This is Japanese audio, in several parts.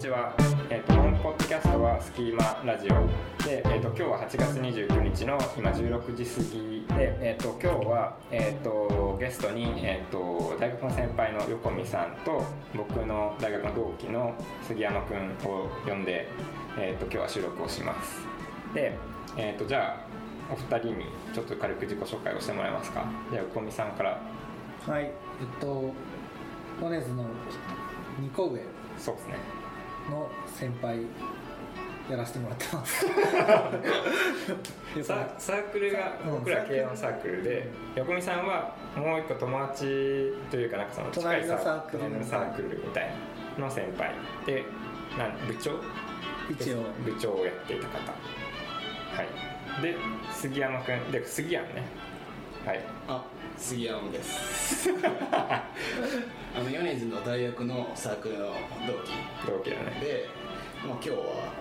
ちは。このポッドキャストはスキーマラジオで、今日は8月29日の今16時過ぎで、今日は、ゲストに、大学の先輩の横見さんと僕の大学の同期の杉山くんを呼んで、今日は収録をします。で、じゃあお二人にちょっと軽く自己紹介をしてもらえますか。じゃあ横見さんから。 はい、モネズの2個上そうですねの先輩やらせてもらってますサークルが僕ら軽音サークルで、横見さんはもう一個友達というか、なんかその近いサークルみたいなの先輩で、部長一応部長をやっていた方、はい、で杉山くんで、杉山ね、はい、 杉山です米津の大学のサークルの同期だね。 で、今日は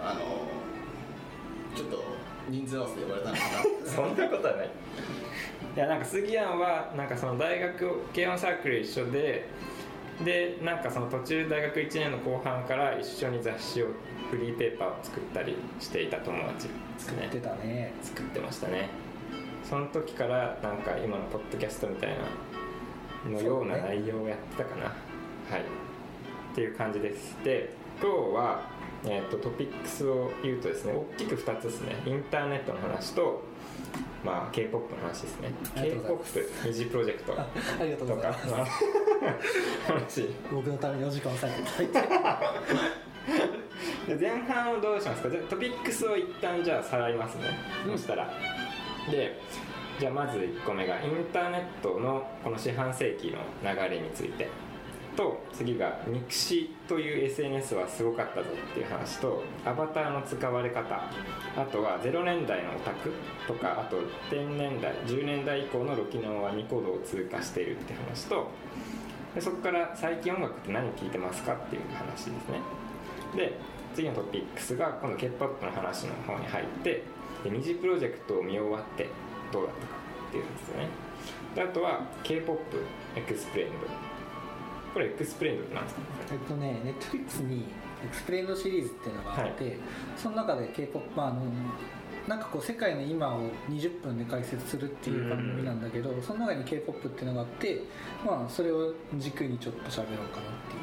ちょっと人数合わせで呼ばれたのかなそんなことはない。いや、なんか杉山はなんかその大学軽音サークル一緒でなんかその途中大学1年の後半から一緒に雑誌をフリーペーパーを作ったりしていた友達ですね。 作ってたね。 作ってましたね。その時からなんか今のポッドキャストみたいなのような内容をやってたかな、はいっていう感じです。で、今日は、トピックスを言うとですね、大きく2つですね。インターネットの話と、K-POP の話ですね。 K-POP 二次プロジェクトとかありがとうございます話僕のためにお時間を割いていただいてで、前半をどうしますか。トピックスを一旦じゃあさらいますね、そしたら。で、じゃあまず1個目がインターネットのこの四半世紀の流れについてと、次がミクシという SNS はすごかったぞっていう話と、アバターの使われ方、あとは0年代のオタクとか、あと10年代10年代以降のロキノンはニコ動を通過しているっていう話と、でそこから最近音楽って何聴いてますかっていう話ですね。で、次のトピックスが今度 K-POP の話の方に入って、で二次プロジェクトを見終わってどうだったかっていうやつですね。で、あとは K-POP エクスプレインド。これエクスプレインドって何ですか。 ネットフリックスにエクスプレインドシリーズっていうのがあって、はい、その中で K-POP、なんかこう世界の今を20分で解説するっていう番組なんだけど、その中に K-POP っていうのがあって、それを軸にちょっと喋ろうかなっていう。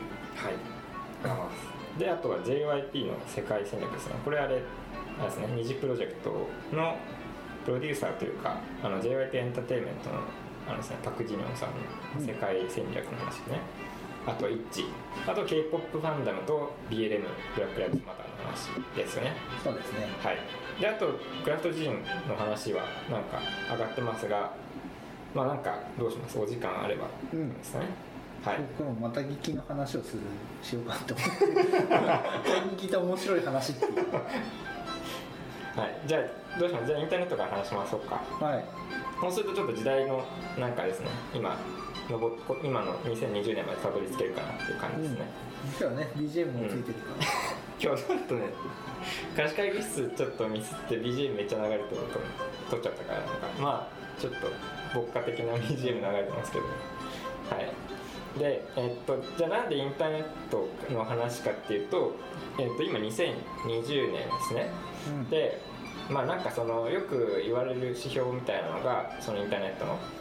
はい。で、あとは JYP の世界戦略ですね。これあれですね、二次プロジェクトのプロデューサーというか、JYP エンターテインメントのですね、パク・ジニョンさんの世界戦略の話ですね。あとはイッチ、あと K-POP ファンダムと BLM ブラックライブズマターの話ですよね。 そうですね。 はい。で、あとクラフトジンの話はなんか上がってますが、なんかどうします？お時間あればですね。はい、 僕もまた聞きの話をしようかなと思って聞いた面白い話っていうはい、じゃあどうします？じゃあインターネットから話しましょうか。 はい。 そうするとちょっと時代のなんかですね、今の2020年までたどり着けるかなっていう感じですね。 今日はね BGM もついてるから、 今日ちょっとね、貸し会議室ちょっとミスって BGM めっちゃ流れてると撮っちゃったから、なんかちょっと牧歌的な BGM 流れてますけど、はい。で、じゃあなんでインターネットの話かっていうと、今2020年ですね。で、なんかそのよく言われる指標みたいなのが、そのインターネットの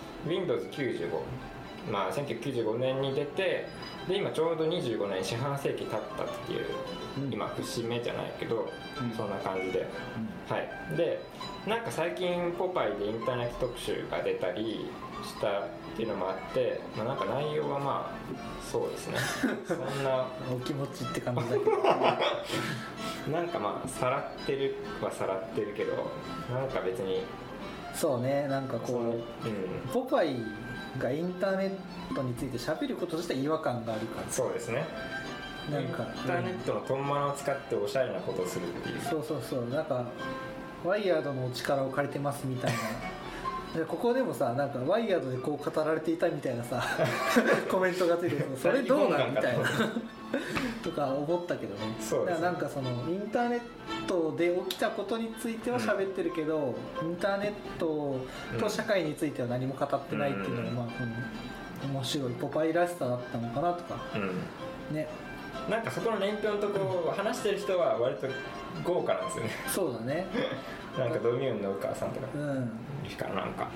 Windows95、1995年に出て、で今ちょうど25年四半世紀経ったっていう、今節目じゃないけど、そんな感じで、はい。で、なんか最近ポパイでインターネット特集が出たりしたっていうのもあって、なんか内容はそうですねそんなお気持ちって感じだけどなんかさらってるはさらってるけど、なんか別にそうね、なんかこう、ポパイがインターネットについて喋ることとしては違和感があるから。 そうですね、なんかインターネットのトンマナを使っておしゃれなことをするっていう、 そうなんかワイヤードの力を借りてますみたいなここでもさ、なんかワイヤードでこう語られていたみたいなさコメントがついてるそれどうなんみたいなとか思ったけどね。だからなんかそのインターネットで起きたことについては喋ってるけど、インターネットと社会については何も語ってないっていうのがこの面白いポパイらしさだったのかなとか、ね。 なんかそこの年表のとこ話してる人は割と豪華なんですよねそうだねなんかドミューンのお母さんとかうんいるからなんか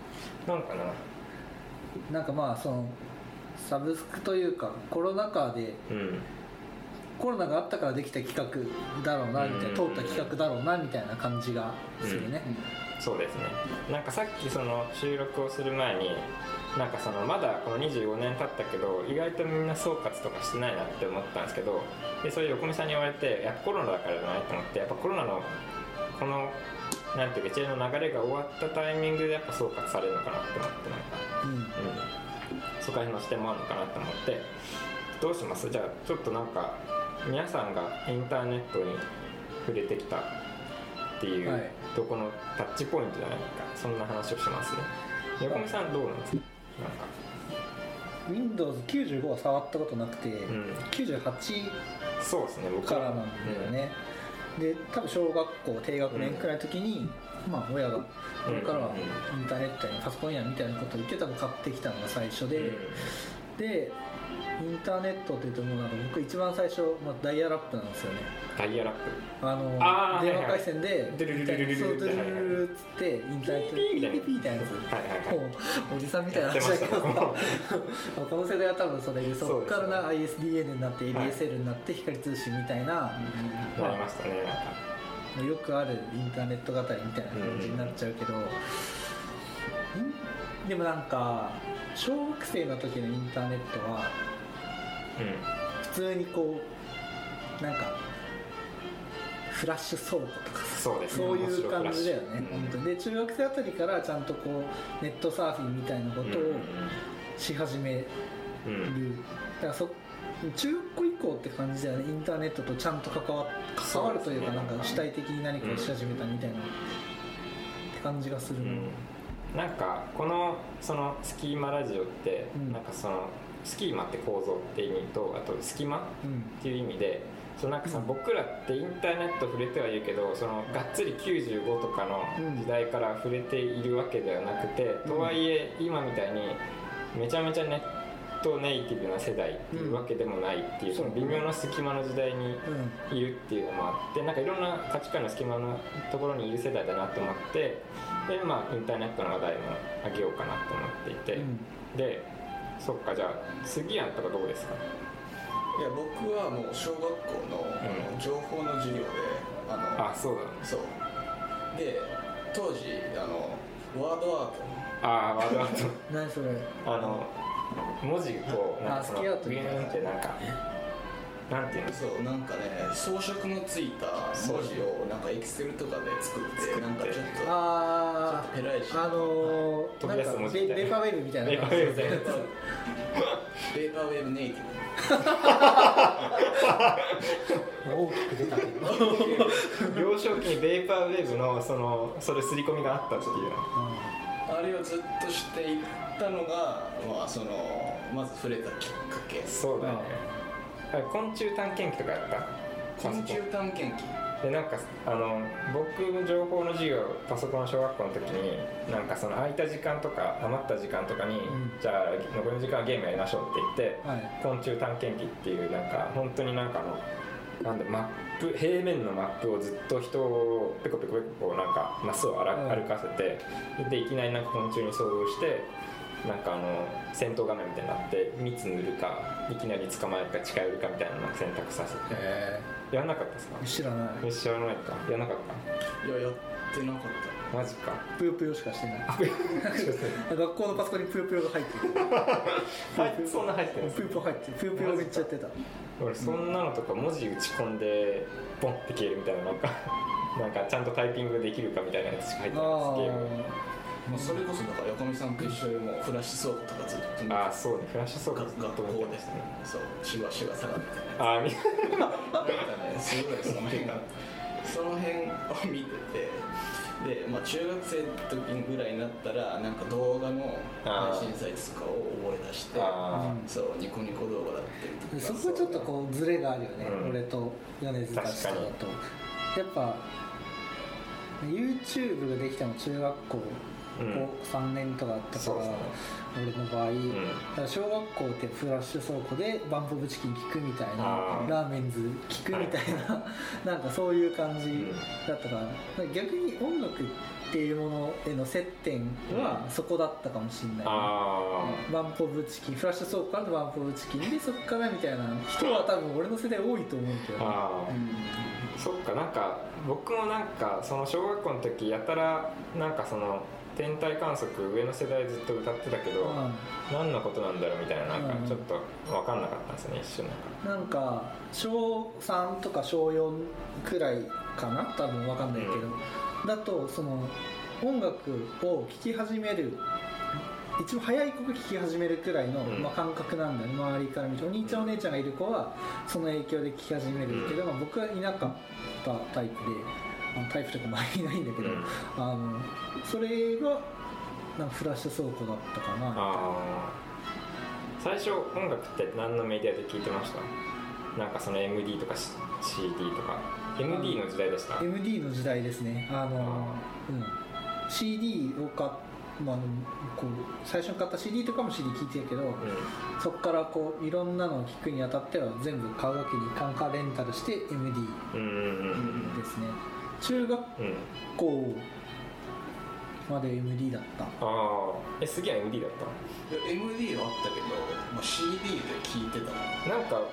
なんかまあそのサブスクというかコロナ禍で、コロナがあったからできた企画だろうなみたいな、通った企画だろうなみたいな感じがするね、 そうですね。なんかさっきその収録をする前になんかそのまだこの25年経ったけど意外とみんな総括とかしてないなって思ったんですけど、でそれ横見さんに言われてやっぱコロナだからじゃないと思って、やっぱコロナのこのなんていうか一連の流れが終わったタイミングでやっぱ総括されるのかなって思って、なんかそこら辺の視点もあるのかなと思って、どうします？じゃあちょっとなんか皆さんがインターネットに触れてきたっていう、はい、どこのタッチポイントじゃないか、そんな話をしますね。横見さんどうなんですか？なんか Windows95 は触ったことなくて、98 そうですね、僕からなんだよね、で多分小学校低学年くらいの時に、まあ親がこれからはインターネットやパソコンやみたいなことを言って多分買ってきたのが最初で、でインターネットっていうともうなんか僕一番最初、ダイヤルアップなんですよね。 ダイヤルアップ、 電話回線でドゥルルルルルルルルルっつってインターネットでピーピーみたいなやつ、おじさんみたいな話だけどこの世代は多分それで、そっからな ISDN になって ADSL になって光通信みたいな、 なりましたね。 よくあるインターネット語りみたいな感じになっちゃうけど、でもなんか小学生の時のインターネットは普通にこうなんかフラッシュ倉庫とかそういう感じだよね、本当に。で中学生あたりからちゃんとこうネットサーフィンみたいなことをし始める、だから中学校以降って感じだよね、インターネットとちゃんと関わるというか、なんか主体的に何かをし始めたみたいなって感じがするの、 なんかそのスキーマラジオって、なんかそのスキーマって構造って意味と、あと隙間っていう意味で、そのなんか僕らってインターネット触れてはいるけど、そのがっつり95とかの時代から触れているわけではなくて、とはいえ今みたいにめちゃめちゃネットネイティブな世代っていうわけでもないっていう、その微妙な隙間の時代にいるっていうのもあって、なんかいろんな価値観の隙間のところにいる世代だなと思って、でまあインターネットの話題もあげようかなと思っていて、でそっか、じゃあ杉谷とかどうですか？ いや僕はもう小学校の、情報の授業でそうだ、 そうで当時ワードアートワードアート何それ、 文字をなんかスキアートビューンってなんかなんていうの、 そうなんかね装飾のついた文字をなんかエクセルとかで作ってなんかちょっとペライチ飛び出す文字みたいな、 ベーパーウェーブみたいな、 ベーパーウェーブみたいなベーパーウェーブネイティブ大きく出たけど幼少期にベーパーウェーブのそれ刷り込みがあったっていう、 あれをずっとしていったのが、まず触れたきっかけ。 そうだね、昆虫探検機とかやった？ 昆虫探検機でなんか僕の情報の授業パソコンの小学校の時になんかその空いた時間とか余った時間とかに、じゃあ残りの時間はゲームやりましょうって言って、昆虫探検機っていうなんか本当になんかなんだマップ、平面のマップをずっと人をペコペコペコなんかマスを歩かせて、でいきなりなんか昆虫に遭遇してなんか戦闘画面みたいになって蜜塗るかいきなり捕まえるか近寄るかみたいなのを選択させて、やらなかったですか？ 知らない。 知らないか、やらなかった？ いややってなかった。 マジか。 ぷよぷよしかしてない学校のパソコンにぷよぷよが入ってるそんな入ってるんですぷよぷよ入ってる、ぷよぷよめっちゃやってた。 俺そんなのとか文字打ち込んでポンって消えるみたいな、なんかちゃんとタイピングできるかみたいなやつしか入ってないです、ゲーム。 それこそだから横見さんと一緒にもうフラッシュ倉庫とかずっとそうね、フラッシュ倉庫ずっと学校ですね。そうシワ下がってなんかね、すごいその辺を見てて、で中学生の時ぐらいになったらなんか動画の配信サイトとかを覚え出して、そうニコニコ動画だってそこはちょっとこうズレがあるよね、俺と米津たちとだと。やっぱ YouTube ができたの中学校 3年とかあったから、俺の場合、だから小学校ってフラッシュ倉庫でバンプオブチキン聞くみたいな、ラーメンズ聞くみたいな、なんかそういう感じだったから、逆に音楽っていうものへの接点はそこだったかもしれない、バンプオブチキン、フラッシュ倉庫からのバンプオブチキンでそこからみたいな人は多分俺の世代多いと思うけど、 そっか、なんか僕もなんかその小学校の時やたらなんかその天体観測上の世代ずっと歌ってたけど、何のことなんだろうみたいな、なんかちょっと分かんなかったんですね、一瞬。 なんか小3とか小4くらいかな、多分分かんないけど、だとその音楽を聴き始める一番早い子が聴き始めるくらいの、感覚なんだね、周りから見て。お兄ちゃんお姉ちゃんがいる子はその影響で聴き始めるけど、僕はいなかったタイプで、タイプとか周りいないんだけど、それがなんかフラッシュ倉庫だったかな。 最初音楽って何のメディアで聴いてました？なんかその MD とか CD とか。 MD の時代でした？ MD の時代ですね。CD を買って、こう最初に買った CD とかも CD 聴いてるけど、そこからこういろんなのを聴くにあたっては全部買うわけにカンカレンタルして MD ですね。中学校まで MD だった。 すげえ MD だった。 MD はあったけど、CD で聴いてた。 なんか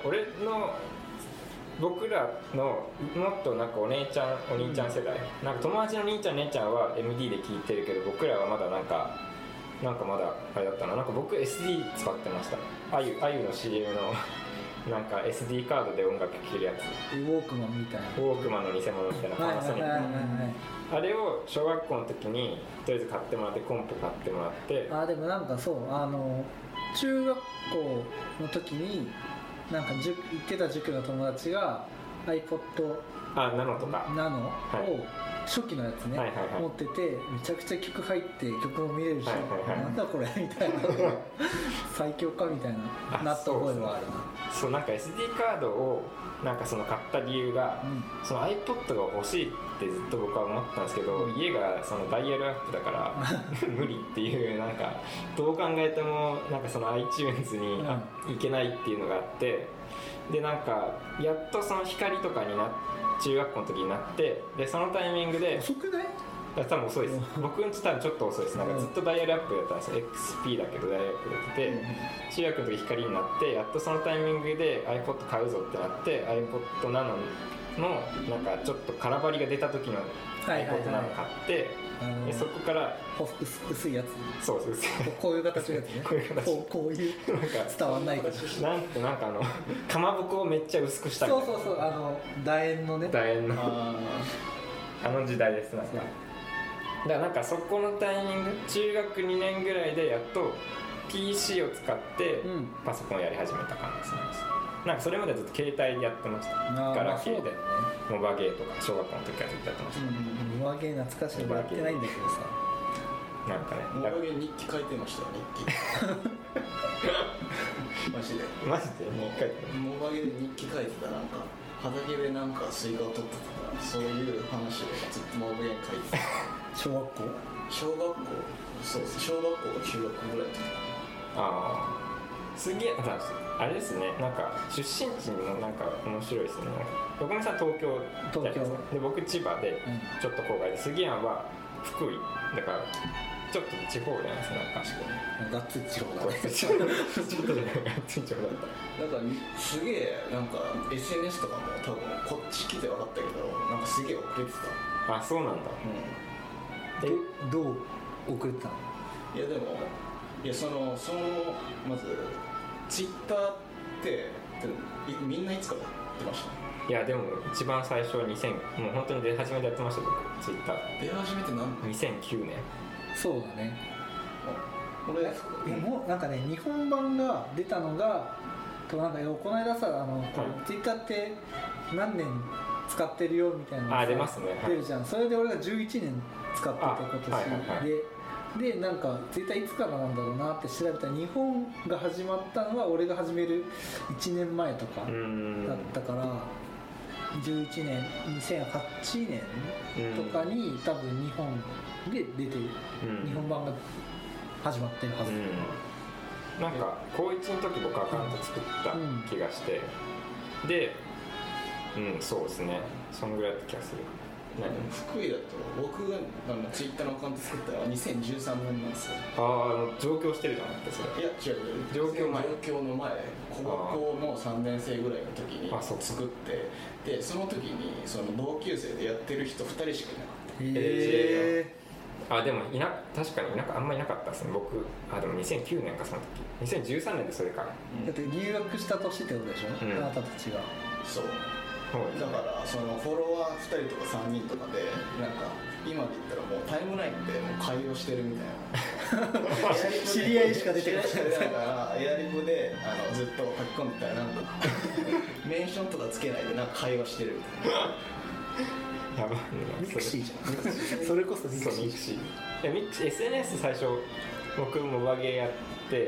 僕らのもっとなんかお兄ちゃん世代、なんか友達の兄ちゃん姉ちゃんは MD で聴いてるけど、僕らはまだなんかまだあれだったな。なんか僕 SD 使ってました。あゆの CM のなんか SD カードで音楽聴けるやつ、 ウォークマンみたいな、 ウォークマンの偽物みたいな、パナソニック、あれを小学校の時にとりあえず買ってもらって、コンポ買ってもらって。 でもなんかそう、中学校の時になんか行ってた塾の友達が iPod ナノとかを初期のやつね、持ってて、めちゃくちゃ曲入って曲も見れるし、なんだこれみたいな最強かみたいななった覚えはあるな。 そう、なんか SD カードをなんかその買った理由が、その iPod が欲しいってずっと僕は思ったんですけど、家がそのダイヤルアップだから無理っていう、なんかどう考えてもなんかその iTunes に行けないっていうのがあって、でなんかやっとその光とかに中学校の時になって、でそのタイミングで遅くない？ 多分遅いです。僕んち多分ちょっと遅いです。なんかずっとダイヤルアップやったんですよ。 XP だけどダイヤルアップやってて、中学の時光になって、やっとそのタイミングで iPod 買うぞってなって、 iPod Nano のなんかちょっと空張りが出た時の iPod Nano 買って、でそこから薄いやつ、 そうです、 こういう形のやつね、こういう伝わんないけど、 なんかかまぼこをめっちゃ薄くしたみたいな、 そう楕円のね、 楕円の時代です。なんかだからなんかそこのタイミング、中学2年ぐらいでやっと PC を使ってパソコンをやり始めた感じです。なんかそれまでずっと携帯でやってました。ガラケーで、モバゲーとか小学校の時からずっとやってました。 モバゲー懐かしいのやってないんだけどさ、 なんかね、 モバゲー日記書いてましたよ、日記マジで日記書いてた。 モバゲーで日記書いてた。なんか畑でなんかスイカを取ってたから、そういう話をずっとモバゲーに書いてた。 小学校、 そうです、小学校中学校ぐらいの時。 すげえ、あれですね、なんか出身地もなんか面白いですね。横見さん東京で、僕千葉でちょっと郊外で、杉山は福井だからちょっと地方じゃないですか。 ガッツリ地方だね。 ちょっとじゃない、ガッツリ地方だった。 なんかすげえなんか SNS とかも多分こっち来て分かったけど、なんかすげえ遅れてた。 そうなんだ。 どう遅れてたの？ いやでも、そのまずツイッターってみんないつからやってました？ いやでも一番最初2000、もう本当に出始めでやってました。僕ツイッター出始めて何年 ？2009年。 そうだね。もうなんかね、日本版が出たのがなんかこの間さ、ツイッターって何年使ってるよみたいなの出ますね、 出るじゃん。それで俺が11年使ってて今年で、なんかツイッターいつからなんだろうなって調べたら、日本が始まったのは俺が始める1年前とかだったから、 2011年2008年とかに多分日本で出てる、日本版が始まってるはず、 なんか高1の時僕アカウント作った気がして、で、そうですね、そんぐらいだった気がする。 福井だと僕がツイッターのアカウント作ったのは2013年なんですよ。 上京してるじゃなくてそれ。 いや違う、上京の前、高校の3年生ぐらいの時に作って、でその時にその同級生でやってる人2人しかいなかった。 でも確かにあんまりいなかったですね。僕でも2009年かその時、2013年でそれか、 だって留学した年ってことでしょ、あなたたちが。 そうだからそのフォロワー2人とか3人とかでなんか今で言ったらもうタイムラインでもう会話してるみたいな知り合いしか出てこないからエアリプでずっと書き込んでたらなんかメンションとかつけないでなんか会話してるみたいな。 やばいね。 ミクシーじゃん。それこそミクシー。 SNS 最初僕モバゲーやって、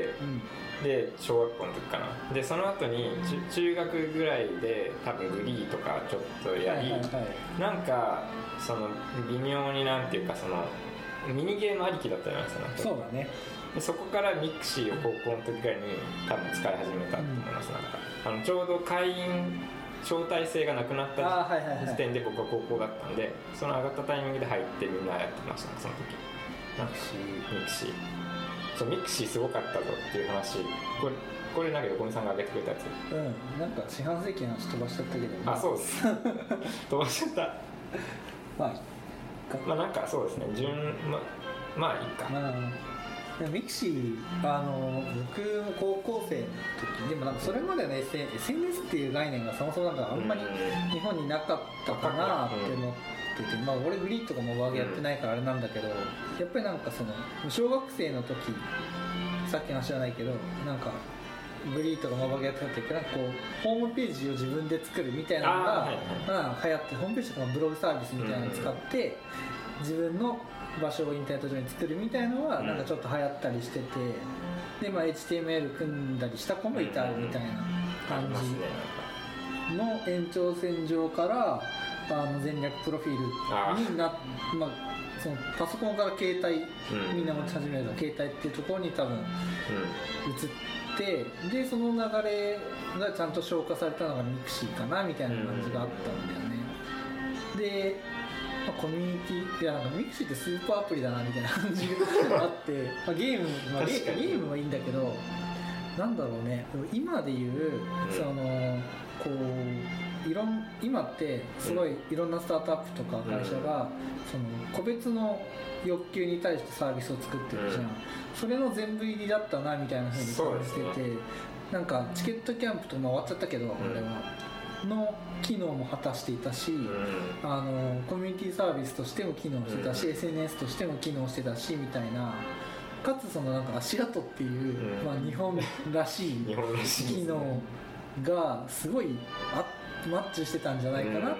で小学校の時かな。でその後に中学ぐらいで多分グリーとかちょっとやり、なんかその微妙になんていうかそのミニゲームありきだったじゃないですか。 そうだね。 でそこからミクシーを高校の時ぐらいに多分使い始めたと思います。なんかちょうど会員招待制がなくなった時点で僕は高校だったんで、その上がったタイミングで入ってみんなやってました、その時。ミクシーそうミクシーすごかったぞっていう話、これなんか横見さんが上げてくれたやつ。 なんか四半世紀の話飛ばしちゃったけど、 そうです飛ばしちゃったまあなんかそうですね、まあいいか。 ミクシー僕高校生の時でもなんかそれまでの SNS っていう概念がそもそもなんかあんまり日本になかったかなって思ってて、俺グリーとかもワーゲやってないからあれなんだけど、やっぱりなんかその小学生の時、さっきの話じゃないけどなんかグリーとかモバゲやってた時なんかこうホームページを自分で作るみたいなのが流行って、ホームページとかブログサービスみたいなのを使って自分の場所をインターネット上に作るみたいなのはなんかちょっと流行ったりしてて、でHTML 組んだりした子もいたみたいな感じの延長線上から戦略プロフィールにそのパソコンから携帯、みんな持ち始めると携帯っていうところに多分移って、でその流れがちゃんと消化されたのがミクシーかなみたいな感じがあったんだよね。でコミュニティなんかミクシーってスーパーアプリだなみたいな感じがあってゲームはいいんだけど、なんだろうね、今で言うそのこう今ってすごいいろんなスタートアップとか会社がその個別の欲求に対してサービスを作ってるじゃん。それの全部入りだったなみたいな風に感じてて、なんかチケットキャンプと終わっちゃったけど俺はの機能も果たしていたし、コミュニティサービスとしても機能してたし、SNS としても機能してたしみたいな、かつそのなんか足跡っていう、日本らしい機能がすごいマッチしてたんじゃないかなって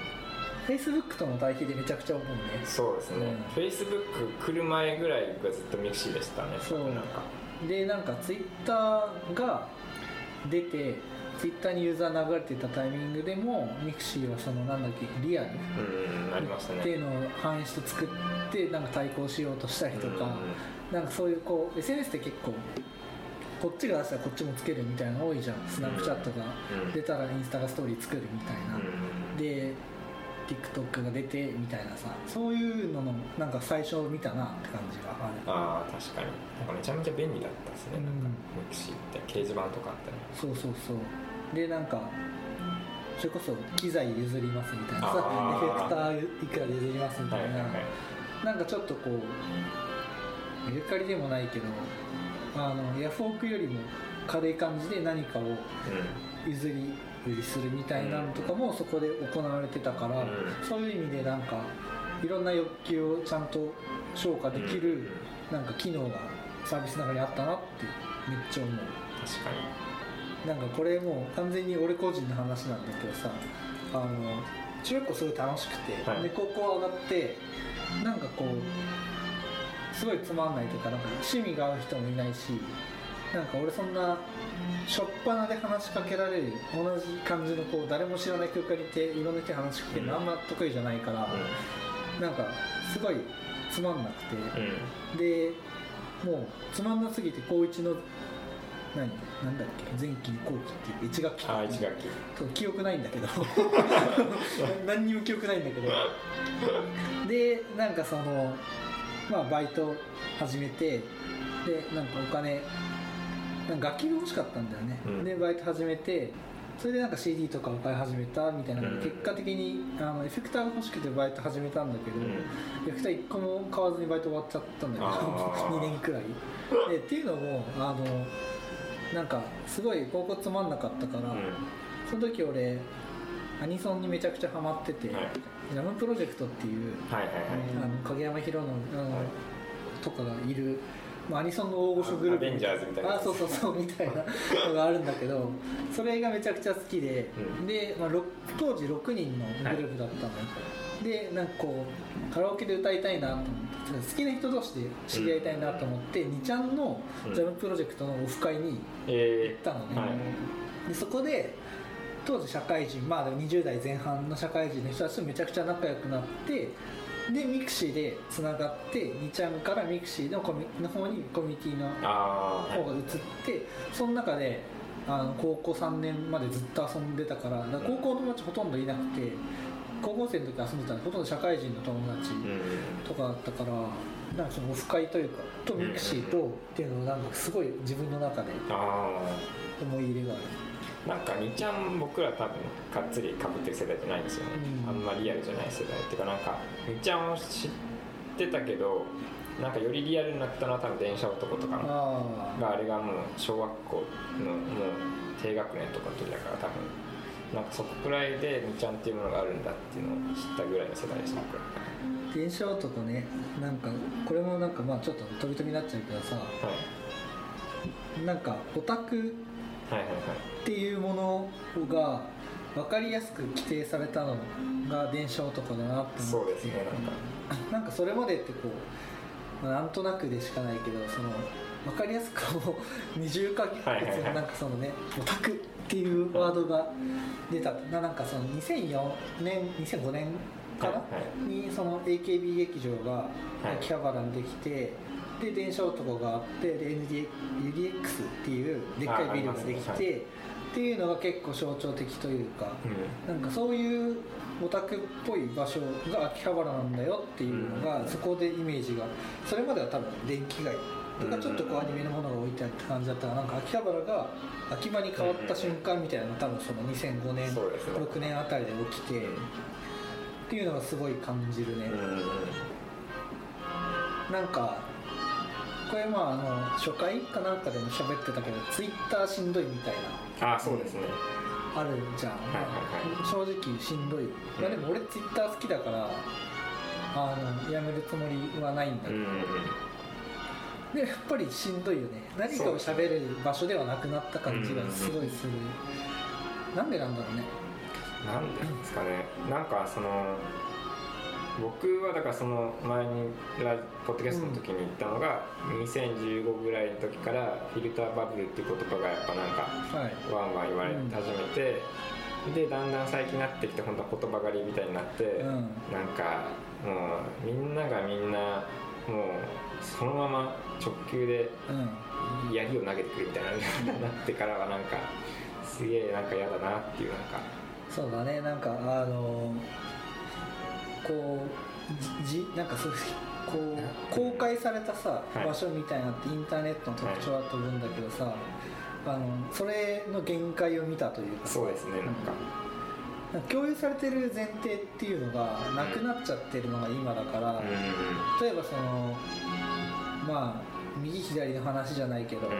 、Facebook との対比でめちゃくちゃ思うね。 そうですね、Facebook 来る前ぐらいがずっとミクシーでしたね。 そうなんかでなんか Twitter が出てツイッターにユーザー流れてたタイミングでもミクシーはそのなんだっけリアルっていうのを反映して作ってなんか対抗しようとしたりとか、なんかそういうこう SNS って結構こっちが出したらこっちもつけるみたいなの多いじゃん。スナップチャットが出たらインスタがストーリー作るみたいな、で TikTok が出てみたいなさ、そういうののなんか最初見たなって感じがある。 確かになんかめちゃめちゃ便利だったですね、なんかミクシーって掲示板とかあったり。 そうでなんかそれこそ機材譲りますみたいなさ、エフェクターいくらで譲りますみたいな、なんかちょっとこうメルカリでもないけどヤフオクよりも軽い感じで何かを譲り売りするみたいなのとかもそこで行われてたから、そういう意味でなんかいろんな欲求をちゃんと消化できるなんか機能がサービスの中にあったなってめっちゃ思う。 確かになんかこれもう完全に俺個人の話なんだけどさ、中学校すごい楽しくて、で高校上がってなんかこうすごいつまんないというか、なんか趣味が合う人もいないし、 なんか俺そんなしょっぱなで話しかけられる同じ感じのこう誰も知らない空間にいていろんな人に話しかけるのあんま得意じゃないから、なんかすごいつまんなくて、でもうつまんなすぎて高1のなんだっけ前期後期っていう1学期と記憶ないんだけど何にも記憶ないんだけどでなんかそのまあバイト始めてでなんかお金なんか楽器が欲しかったんだよね、でバイト始めてそれでなんか CD とかを買い始めたみたいな、結果的にエフェクターが欲しくてバイト始めたんだけど、エフェクター1個も買わずにバイト終わっちゃったんだけど2年くらいでっていうのもなんかすごい高校つまんなかったから、その時俺アニソンにめちゃくちゃハマってて、ジャムプロジェクトっていう、影山博のとかがいる、アニソンの大御所グループ、 アベンジャーズみたいな、 そうみたいなのがあるんだけど、それがめちゃくちゃ好きで、で、当時6人のグループだったのよ、でなんかこうカラオケで歌いたいなと思って好きな人同士で知り合いたいなと思って、2ちゃんのジャムプロジェクトのオフ会に行ったのね、でそこで当時社会人、20代前半の社会人の人たちとめちゃくちゃ仲良くなって、でミクシーでつながって2ちゃんからミクシーの方にコミュニティの方が移って、その中で高校3年までずっと遊んでたから、高校の友達ほとんどいなくて、高校生の時遊んでたのほとんど社会人の友達とかだったから、なんかそのオフ会というかとミクシーとっていうのをなんかすごい自分の中で思い入れがある。 なんか2ちゃん僕ら多分がっつり被ってる世代じゃないんですよね、あんまりリアルじゃない世代っていうか、なんか2ちゃんを知ってたけどなんかよりリアルになったのは多分電車男とかがあれがもう小学校のもう低学年とかの時だから、多分なんかそこくらいで2ちゃんっていうものがあるんだっていうのを知ったぐらいの世代でした。 電車男ね、なんかこれもなんかちょっと飛び飛びになっちゃうけどさ、なんかオタクっていうものが分かりやすく規定されたのが電車男だなって思って、 そうですね、 なんかそれまでってこう、なんとなくでしかないけど、その分かりやすくこう二重化なんかそのねオタクっていうワードが出た、なんかその2004年2005年かな、にその AKB 劇場が秋葉原にできて、で電車男があって、で UDX っていうでっかいビルができてっていうのが結構象徴的というか、なんかそういうオタクっぽい場所が秋葉原なんだよっていうのが、そこでイメージが、それまでは多分電気街とかちょっとこうアニメのものが置いてあるって感じだったら、なんか秋葉原が秋葉に変わった瞬間みたいなのが多分その2005年6年あたりで起きてっていうのがすごい感じるね。なんかこれ初回かなんかでも喋ってたけど、ツイッターしんどいみたいな、 そうですね、 あるじゃん、正直しんどい、でも俺ツイッター好きだからやめるつもりはないんだけど、でやっぱりしんどいよね。何かを喋る場所ではなくなった感じがすごいする。なんでなんだろうね。 なんでですかね。なんかその僕はだからその前にポッドキャストの時に言ったのが、2015ぐらいの時からフィルターバブルっていう言葉がやっぱなんかワンワン言われ始めて、でだんだん最近になってきて本当は言葉狩りみたいになって、なんかもうみんながみんなもうそのまま直球で槍を投げてくるみたいなになってからはなんかすげえなんか嫌だなっていう。なんかそうだね、なんかこうなんかそうこう公開されたさ、場所みたいなってインターネットの特徴だと思うんだけどさ、それの限界を見たというか、 そうですね、なんか共有されてる前提っていうのがなくなっちゃってるのが今だから、例えばその右左の話じゃないけど、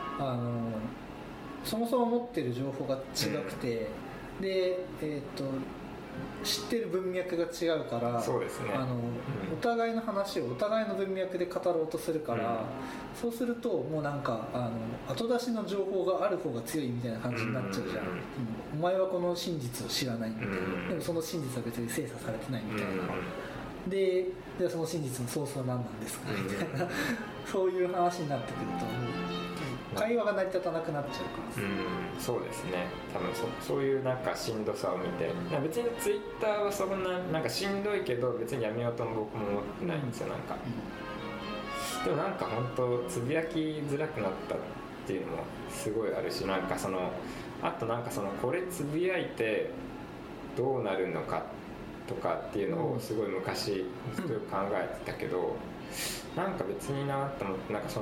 そもそも持ってる情報が違くて、で知ってる文脈が違うから、 そうですね、 お互いの話をお互いの文脈で語ろうとするから、そうするともうなんか後出しの情報がある方が強いみたいな感じになっちゃうじゃん、お前はこの真実を知らないみたいな、でもその真実は別に精査されてないみたいな、でその真実のソースは何なんですかみたいなそういう話になってくると、 会話が成り立たなくなっちゃうから。 そうですね。多分そういうなんかしんどさを見て、別にツイッターはそんななんかしんどいけど別にやめようとも僕も思ってないんですよ。なんか、でもなんか本当つぶやきづらくなったっていうのもすごいあるし、なんかあとなんかこれつぶやいてどうなるのかとかっていうのをすごい昔ずっと考えてたけど、なんか別になと思って、なんか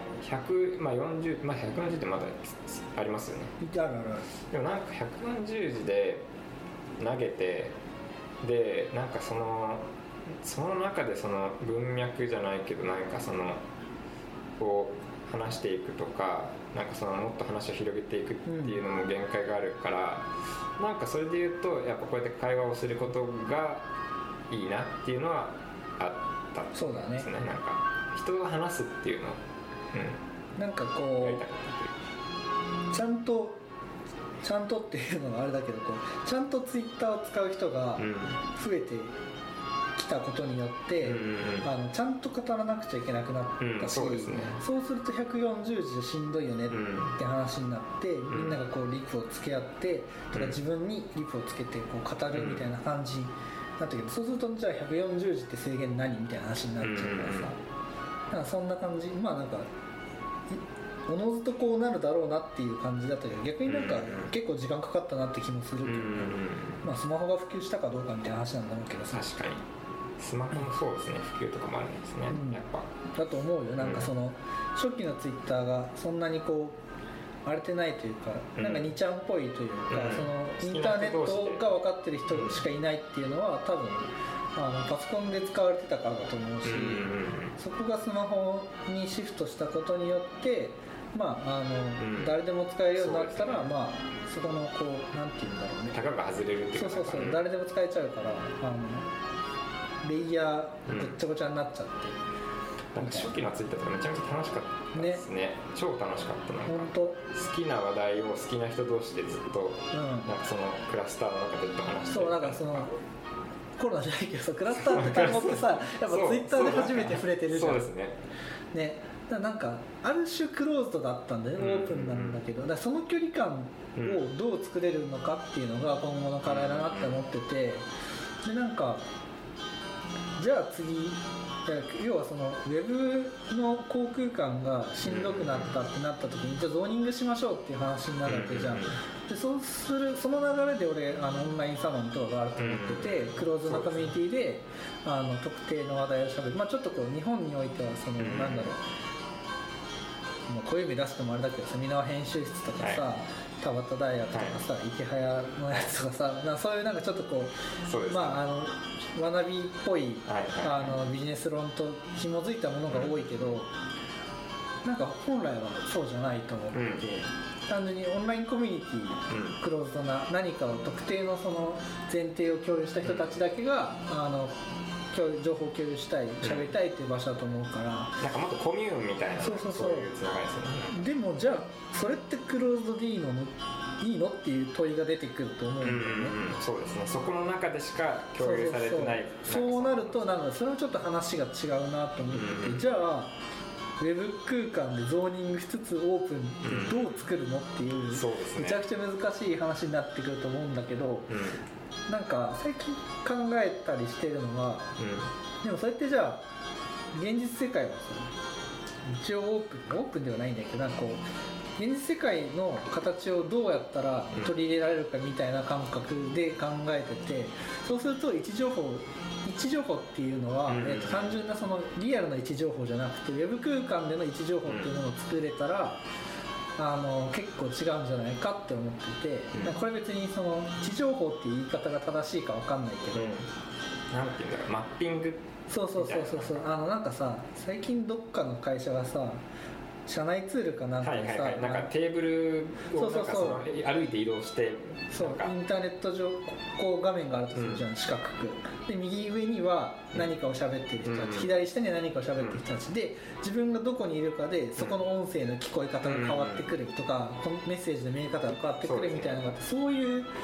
140、140ってまだありますよね。 あるある。 でもなんか140字で投げて、でなんかその中で文脈じゃないけど、なんかこう話していくとか、なんかもっと話を広げていくっていうのも限界があるから、なんかそれで言うとやっぱこうやって会話をすることがいいなっていうのはあったんですね。 そうだね。 なんか人が話すっていうの、 なんかこうちゃんとっていうのがあれだけど、こうちゃんとツイッターを使う人が増えてきたことによって、ちゃんと語らなくちゃいけなくなったし、 そうですね。 そうすると140字じゃしんどいよねって話になって、みんながこうリプをつけ合ってとか、自分にリプをつけてこう語るみたいな感じになったけど、そうするとじゃあ140字って制限何みたいな話になっちゃうからさ、なんかそんな感じ、なんかおのずとこうなるだろうなっていう感じだったけど、逆になんか結構時間かかったなって気もするけど、スマホが普及したかどうかみたいな話なんだろうけどさ。 確かにスマホもそうですね、普及とかもあるんですね、やっぱだと思うよ。なんか初期のツイッターがそんなにこう荒れてないというか、なんか2ちゃんっぽいというか、インターネットが分かってる人しかいないっていうのは多分パソコンで使われてたからだと思うし、そこがスマホにシフトしたことによって誰でも使えるようになったら、そこのこうなんていうんだろうね、 たかが外れるっていうか、 そう誰でも使えちゃうから、レイヤーごっちゃごちゃになっちゃって、 なんか初期のツイッターとかめちゃめちゃ楽しかったですね。超楽しかった。なんか本当好きな話題を好きな人同士でずっと、なんかクラスターの中でずっと話して、 そうなんかコロナじゃないけどクラスターって単語ってさ、やっぱツイッターで初めて触れてるじゃん。 そうですね。 なんかある種クローズドだったんで、オープンなんだけど、だからその距離感をどう作れるのかっていうのが今後の課題だなって思ってて、でなんかじゃあ次、要はウェブの航空間がしんどくなったってなった時に、じゃあゾーニングしましょうっていう話になるわけじゃん。でそうするその流れで俺オンラインサロンとかがあると思ってて、クローズのコミュニティで特定の話題をしゃべる、ちょっとこう日本においてはなんだろう、もう小指出してもあれだけど、セミナー編集室とかさ、田端大学とかさ、池早のやつとかさ、そういうなんかちょっとこう学びっぽい、ビジネス論と紐づいたものが多いけど、なんか本来はそうじゃないと思ってて、単純にオンラインコミュニティ、クローズドな何かを特定の前提を共有した人たちだけが情報を共有したい、喋りたいっていう場所だと思うから、 なんかもっとコミューンみたいな、そういうつながりですよね。 でもじゃあそれってクローズドでいいのっていう問いが出てくると思うんだよね。 そうですね。そこの中でしか共有されてない。 そうなるとなんかそれはちょっと話が違うなと思ってて、じゃあウェブ空間でゾーニングしつつオープンってどう作るのっていう、めちゃくちゃ難しい話になってくると思うんだけど、なんか最近考えたりしてるのが、でもそれってじゃあ現実世界はさ、一応オープンではないんだけど、なんかこう現実世界の形をどうやったら取り入れられるかみたいな感覚で考えてて、そうすると位置情報っていうのは、単純なリアルな位置情報じゃなくて、ウェブ空間での位置情報っていうのを作れたら、結構違うんじゃないかって思ってて、これ別に位置情報っていう言い方が正しいか分かんないけど、 なんていうんだろう、マッピング。 そうなんかさ、最近どっかの会社がさ、社内ツールかなんかでさ、 なんかテーブルをなんか歩いて移動して、 インターネット上こう画面があるとするじゃん、四角くで、右上には何かを喋ってる人たち、左下には何かを喋ってる人たちで、自分がどこにいるかでそこの音声の聞こえ方が変わってくるとか、メッセージの見え方が変わってくるみたいなのがあって、そういう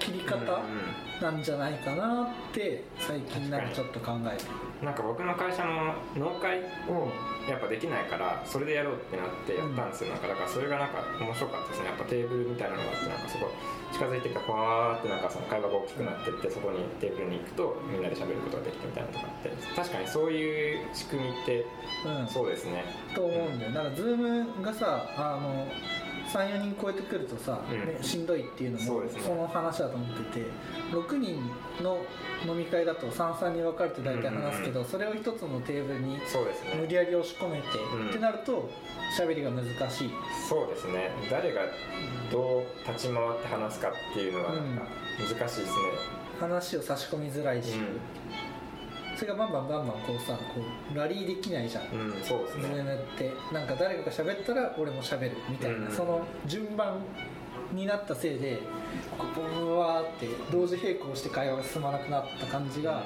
切り方なんじゃないかなって最近なんかちょっと考えてる。 なんか僕の会社の納会をやっぱできないからそれでやろうってなってやったんですよ、なんかだからそれがなんか面白かったですね。やっぱテーブルみたいなのがあってなんかそこ近づいてからパーってなんかその会話が大きくなってってそこにテーブルに行くとみんなで喋ることができてみたいなのとかあって確かにそういう仕組みってそうですね、 と思うんだよ。なんかズームがさ3、4人超えてくるとさ、ね、しんどいっていうのもその話だと思ってて、6人の飲み会だと3、3に分かれて大体話すけど、それを一つのテーブルに無理やり押し込めて、ってなると喋りが難しい。 そうですね、誰がどう立ち回って話すかっていうのはなんか難しいですね、 話を差し込みづらいし、それがバンバンこうさこうラリーできないじゃん、 そうですね。 ズームってなんか誰かが喋ったら俺も喋るみたいな、その順番になったせいでこうブワーって同時並行して会話が進まなくなった感じが、ね、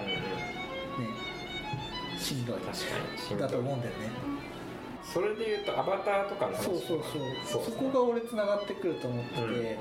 しんどい。 確かにしんどいだと思うんだよね。 それでいうとアバターとかの話、 そこが俺つながってくると思ってて、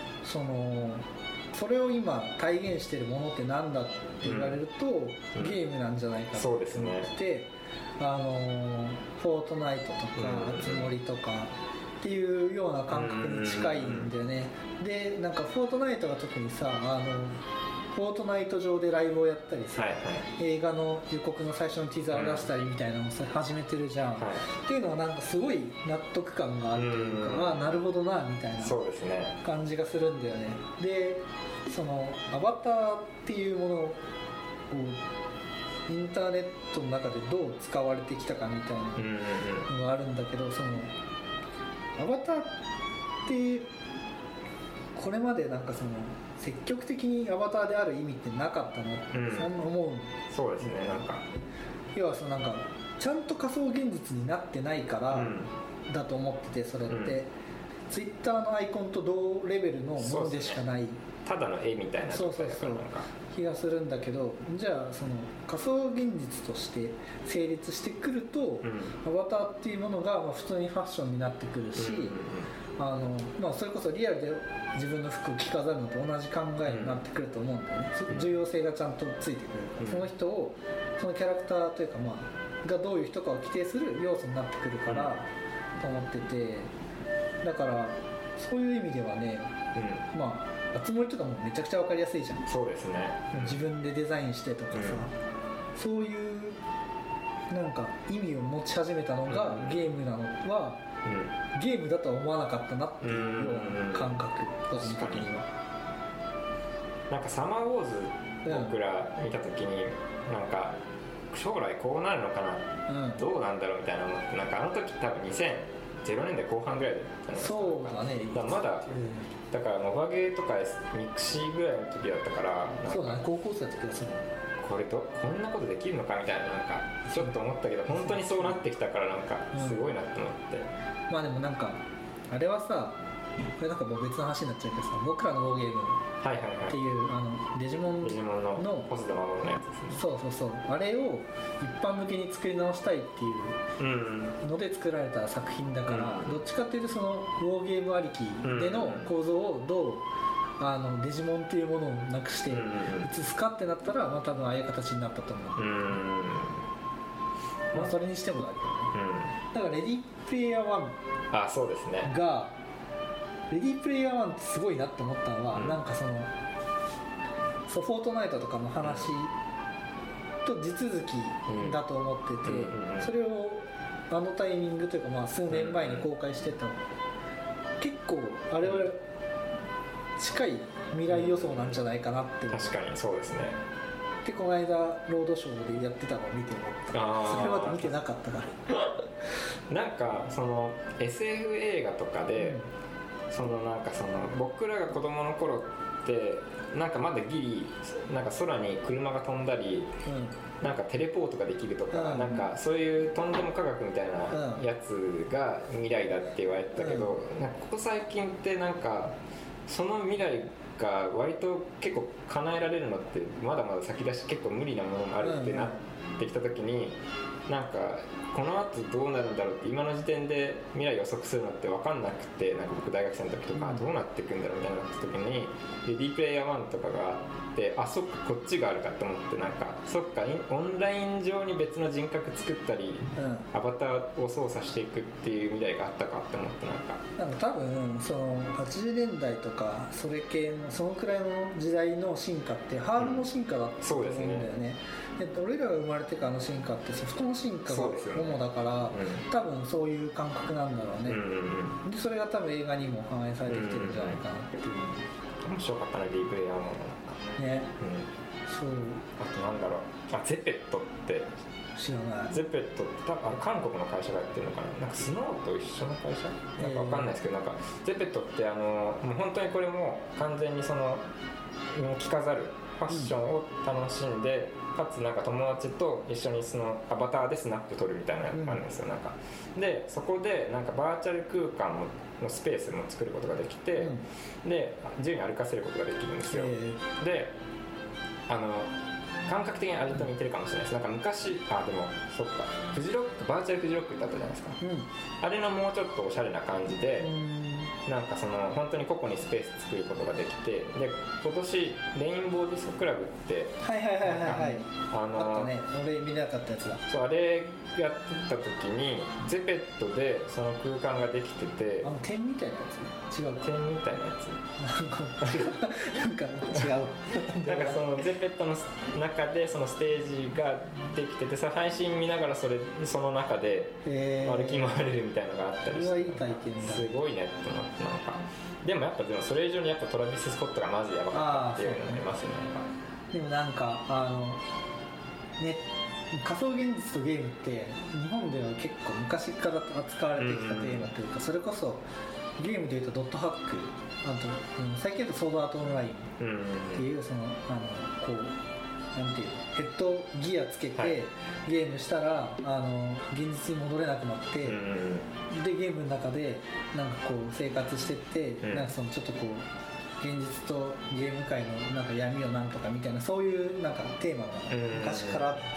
それを今体現してるものってなんだって言われると、ゲームなんじゃないかと思ってて、フォートナイトとかあつ森とかっていうような感覚に近いんだよね。でなんかフォートナイトが特にさフォートナイト上でライブをやったりさ、映画の予告の最初のティザーを出したりみたいなのをさ始めてるじゃん、っていうのはなんかすごい納得感があるというか、なるほどなみたいな感じがするんだよね。でそのアバターっていうものをインターネットの中でどう使われてきたかみたいなのがあるんだけど、そのアバターってこれまでなんかその積極的にアバターである意味ってなかったなって、そんな思う。 そうですね。なんか要はそのなんかちゃんと仮想現実になってないからだと思ってて、それって、ツイッターのアイコンと同レベルのものでしかない、 ただの絵みたいな気がするんだけど、じゃあその仮想現実として成立してくると、アバターっていうものがまあ普通にファッションになってくるし、まあ、それこそリアルで自分の服を着飾るのと同じ考えになってくると思うんだよね。重要性がちゃんとついてくるから、その人をそのキャラクターというか、まあ、がどういう人かを規定する要素になってくるからと思ってて、だからそういう意味ではね、まああつ森とかもめちゃくちゃ分かりやすいじゃん。 そうですね。 自分でデザインしてとかさ、そういうなんか意味を持ち始めたのがゲームなのは、ゲームだとは思わなかったなっていうような感覚、個人的には。 なんかサマーウォーズ僕ら見た時に、なんか将来こうなるのかな、どうなんだろうみたいな思って、なんかあの時多分2000年代後半ぐらいだったの。 そうだね。 だまだ、だからモバゲーとかミクシーぐらいの時だったから、 そうだね、高校生だった気がする。 こんなことできるのかみたいな、なんかちょっと思ったけど、本当にそうなってきたからなんかすごいなって思って、 まあでもなんかあれはさ、これなんかもう別の話になっちゃうけどさ、僕らのウォーゲームっていうデジモンのポスド守るのやつですね。 そうあれを一般向けに作り直したいっていうので作られた作品だから、どっちかっていうとそのウォーゲームありきでの構造をどうデジモンっていうものをなくして移すかってなったら、まあ、多分ああいう形になったと思う。まあそれにしてもだけどね、だからレディープレイヤー1 そうですねがレディープレイヤー1ってすごいなって思ったのは、なんかそのフォートナイトとかの話と地続きだと思ってて、それをあのタイミングというか、まあ数年前に公開してた、結構あれは近い未来予想なんじゃないかなって。 確かにそうですね。 でこの間ロードショーでやってたのを見て思った。それまで見てなかったからなんかその SF 映画とかで、なんか僕らが子供の頃ってなんかまだギリなんか空に車が飛んだり、なんかテレポートができるとか、なんかそういうとんでも科学みたいなやつが未来だって言われてたけど、なんかここ最近ってなんかその未来が割と結構叶えられるのってまだまだ先だし、結構無理なものもあるってなっってきた時になんかこの後どうなるんだろうって今の時点で未来予測するのって分かんなくて、なんか僕大学生の時とかどうなっていくんだろうみたいな時にレディープレイヤー1とかがあって、あそっかこっちがあるかと思って、なんかそっかオンライン上に別の人格作ったり、アバターを操作していくっていう未来があったかって思って、 なんか多分その80年代とかそれ系のそのくらいの時代の進化ってハードの進化だったと思うんだよね。俺らが生まれてからの進化ってソフトの進化が主だから、多分そういう感覚なんだろうね。でそれが多分映画にも反映されてきてるんじゃないかなっていう。 面白かったね、ディープレイヤーもね、そう。 あとなんだろう、ゼペットって知らない。 ゼペットって多分韓国の会社がやってるのかな、なんかスノーと一緒の会社なんかわかんないですけど、なんかゼペットってもう本当にこれも完全にその着飾るファッションを楽しんで、かつなんか友達と一緒にそのアバターでスナップ撮るみたいなのがあるんですよ、なんかでそこでなんかバーチャル空間のスペースも作ることができて、で自由に歩かせることができるんですよ。で感覚的にあれと似てるかもしれないです。なんか昔でもそっかフジロックバーチャルフジロックってあったじゃないですか、あれのもうちょっとおしゃれな感じで、なんかその本当に個々にスペース作ることができて、で今年レインボーディスコクラブってあったね、俺見なかったやつだ。 そう、あれやってた時にゼペットでその空間ができてて、 点みたいなやつ、違う点みたいなやつなんか違うなんかそのゼペットの中でそのステージができててさ、配信見ながらその中で歩き回れるみたいなのがあったりして、 いい体験だ。 すごいねって思って、なんかでもやっぱそれ以上にやっぱトラビス・スコットがマジやばかったっていうのがありますね。 でもなんかね、仮想現実とゲームって日本では結構昔から扱われてきたテーマというか、それこそゲームでいうとドットハック、最近だとソードアートオンラインっていうそのこうなんていうヘッドギアつけてゲームしたら現実に戻れなくなって、でゲームの中でなんかこう生活してって、なんかそのちょっとこう現実とゲーム界のなんか闇をなんとかみたいな、そういうなんかテーマが昔からあって、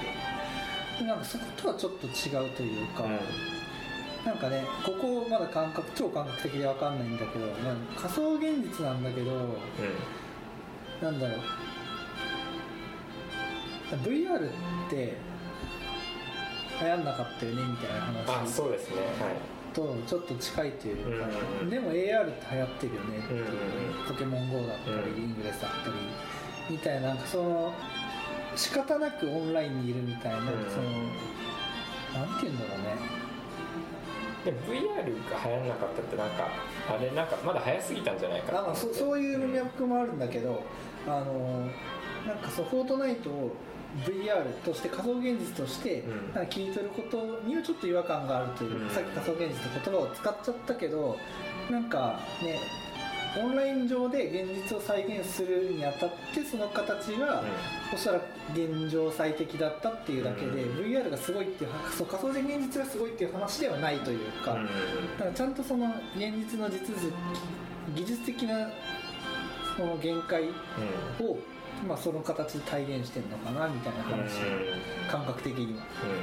なんかそことはちょっと違うというか、なんかね、ここまだ超感覚的で分かんないんだけど、仮想現実なんだけど、なんだろう、VR って流行んなかったよねみたいな話。 そうですね、 とちょっと近いというか、でも AR って流行ってるよねっていう、ポケモン GO だったり、イングレスだったりみたいな、なんかその仕方なくオンラインにいるみたいな、そのなんていうんだろうね。 で VR が流行らなかったってなんかあれなんかまだ早すぎたんじゃないかな。 そういう魅力もあるんだけど、なんかそうフォートナイトを VR として仮想現実としてなんか切り取ることにはちょっと違和感があるというか、さっき仮想現実って言葉を使っちゃったけど、なんかね、オンライン上で現実を再現するにあたってその形がおそらく現状最適だったっていうだけで、VR がすごいっていう、仮想現実がすごいっていう話ではないというか、だからちゃんとその現実の技術的なその限界を、その形で体現してるのかなみたいな話、感覚的には。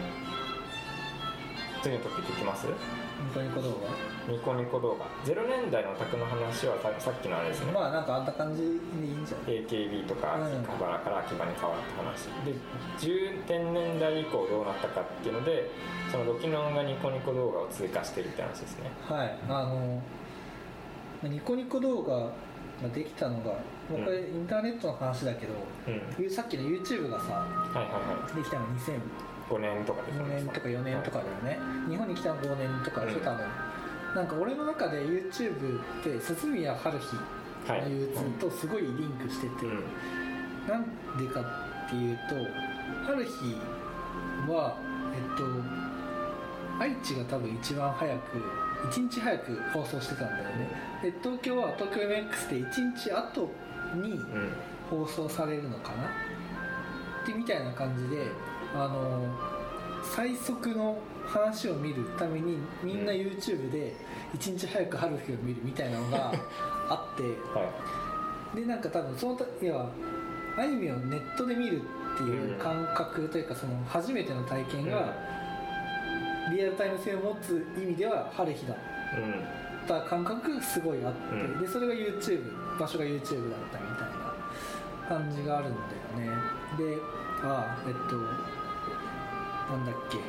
次のトピックいきます？ ニコニコ動画 0年代のオタクの話はさっきのあれですね。 なんかあんな感じでいいんじゃない？ AKB とか秋葉原から秋葉に変わった話で、10年代以降どうなったかっていうので、そのロキノンがニコニコ動画を追加してるって話ですね。 はい、ニコニコ動画ができたのが、これインターネットの話だけど、さっきの YouTube がさ、できたの2005 年とかですね。 5年とか4年とかだよね、日本に来たの5年とかでしょ、多分。なんか俺の中で YouTube って鈴宮春日の憂鬱とすごいリンクしてて、なんでかっていうと、春日は愛知が多分一番早く1日早く放送してたんだよね。で東京は東京 MX で1日後に放送されるのかなってみたいな感じで、最速の話を見るためにみんな YouTube で1日早く春日を見るみたいなのがあって、でなんか多分そのいやアニメをネットで見るっっていう感覚というか、その初めての体験がリアルタイム性を持つ意味では春日だった感覚がすごいあって、でそれが YouTube、 場所が YouTube だったみたいな感じがあるんだよね。でなんだっけ、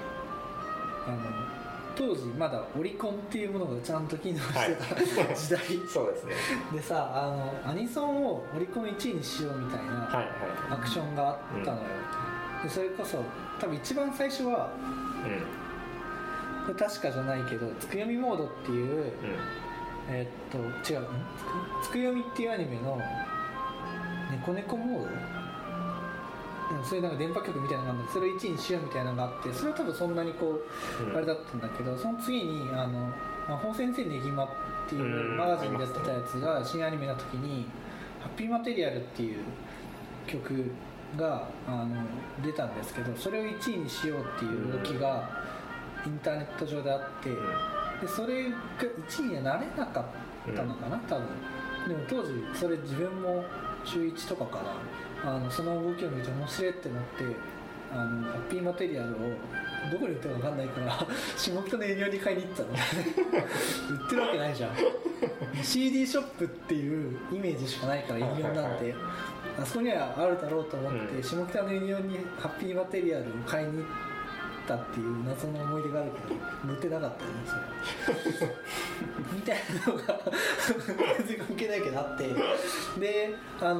当時まだオリコンっていうものがちゃんと機能してた、はい、時代そうですね。 でさ、アニソンをオリコン1位にしようみたいなアクションがあったのよ、でそれこそ多分一番最初は、これ確かじゃないけどつくよみモードっていう、違う、つくよみっていうアニメの猫猫モード、そういうなんか電波局みたいなのがあるんで、それを1位にしようみたいなのがあって、それは多分そんなにこう、あれだったんだけど、その次に魔法先生ねぎまっていうマガジンでやってたやつが新アニメの時にハッピーマテリアルっていう曲が出たんですけど、それを1位にしようっていう動きがインターネット上であって、でそれが1位にはなれなかったのかな、多分。でも当時それ自分も中1とかからその動きを見て面白いってなって、ハッピーマテリアルをどこに売ってるか分かんないから下北のユニオンに買いに行ったの売ってるわけないじゃんCD ショップっていうイメージしかないから、ユニオンなんてあそこにはあるだろうと思って、下北のユニオンにハッピーマテリアルを買いに行ったっていう謎の思い出があるけど、売ってなかったよねそれみたいなのが全然関係ないけどあって、で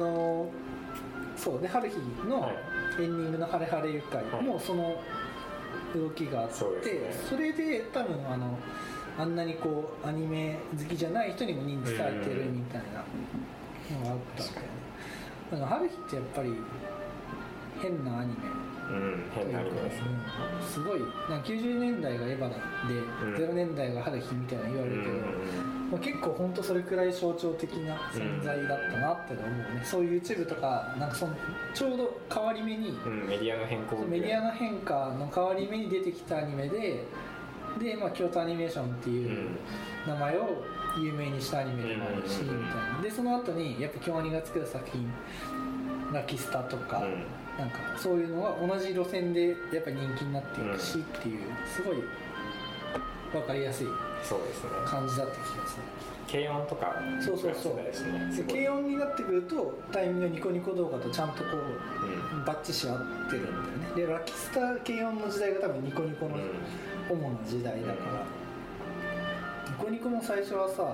そうで春日のエンディングのハレハレ愉快もその動きがあって、それで多分あんなにこうアニメ好きじゃない人にも認知されてるみたいなのがあったんだよね。だから春日ってやっぱり変なアニメ、 変なアニメですね。 すごいなんか90年代がエヴァだで、0年代が春日みたいな言われるけど、結構本当それくらい象徴的な存在だったなって思うね。そういう YouTube とかなんかちょうど変わり目に、 メディアの変更、 メディアの変化の変わり目に出てきたアニメで、京都アニメーションっていう名前を有名にしたアニメでもあるし、みたいな。でその後にやっぱ京アニが作る作品ラキスタとか、なんかそういうのが同じ路線でやっぱ人気になっていくしっていう、すごい分かりやすい感じだった気がする。 軽音とか、 そう軽音になってくるとタイミングがニコニコ動画とちゃんとこう、バッチシ合ってるんだよね。でラキスタ軽音の時代が多分ニコニコの主な時代だから、ニコニコも最初はさ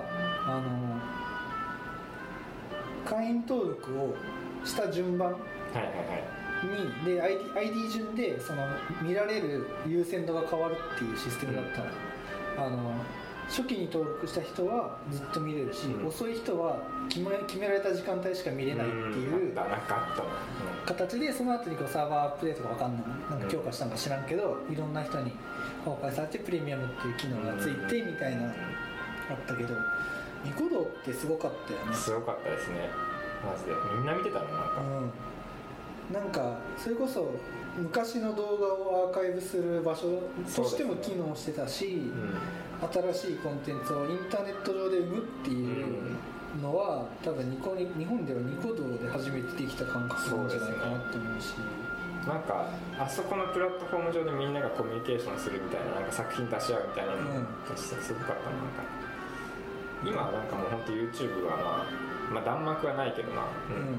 会員登録をした順番にで ID 順でその見られる優先度が変わるっていうシステムだったの。初期に登録した人はずっと見れるし、遅い人は決められた時間帯しか見れないっていう形で、その後にこうサーバーアップデートが分かんない、なんか強化したのか知らんけど、いろんな人に公開されてプレミアムっていう機能がついてみたいなあったけど、ニコ動ってすごかったよね。 すごかったですね、マジで。みんな見てたのなんかそれこそ昔の動画をアーカイブする場所としても機能してたし、新しいコンテンツをインターネット上で生むっていうのは、多分日本ではニコ動で初めてできた感覚なんじゃないかなと思うし、 なんかあそこのプラットフォーム上でみんながコミュニケーションするみたいな、なんか作品出し合うみたいなのがすごかったな。なんか今なんかもう本当 YouTube はまあ弾幕はないけどな、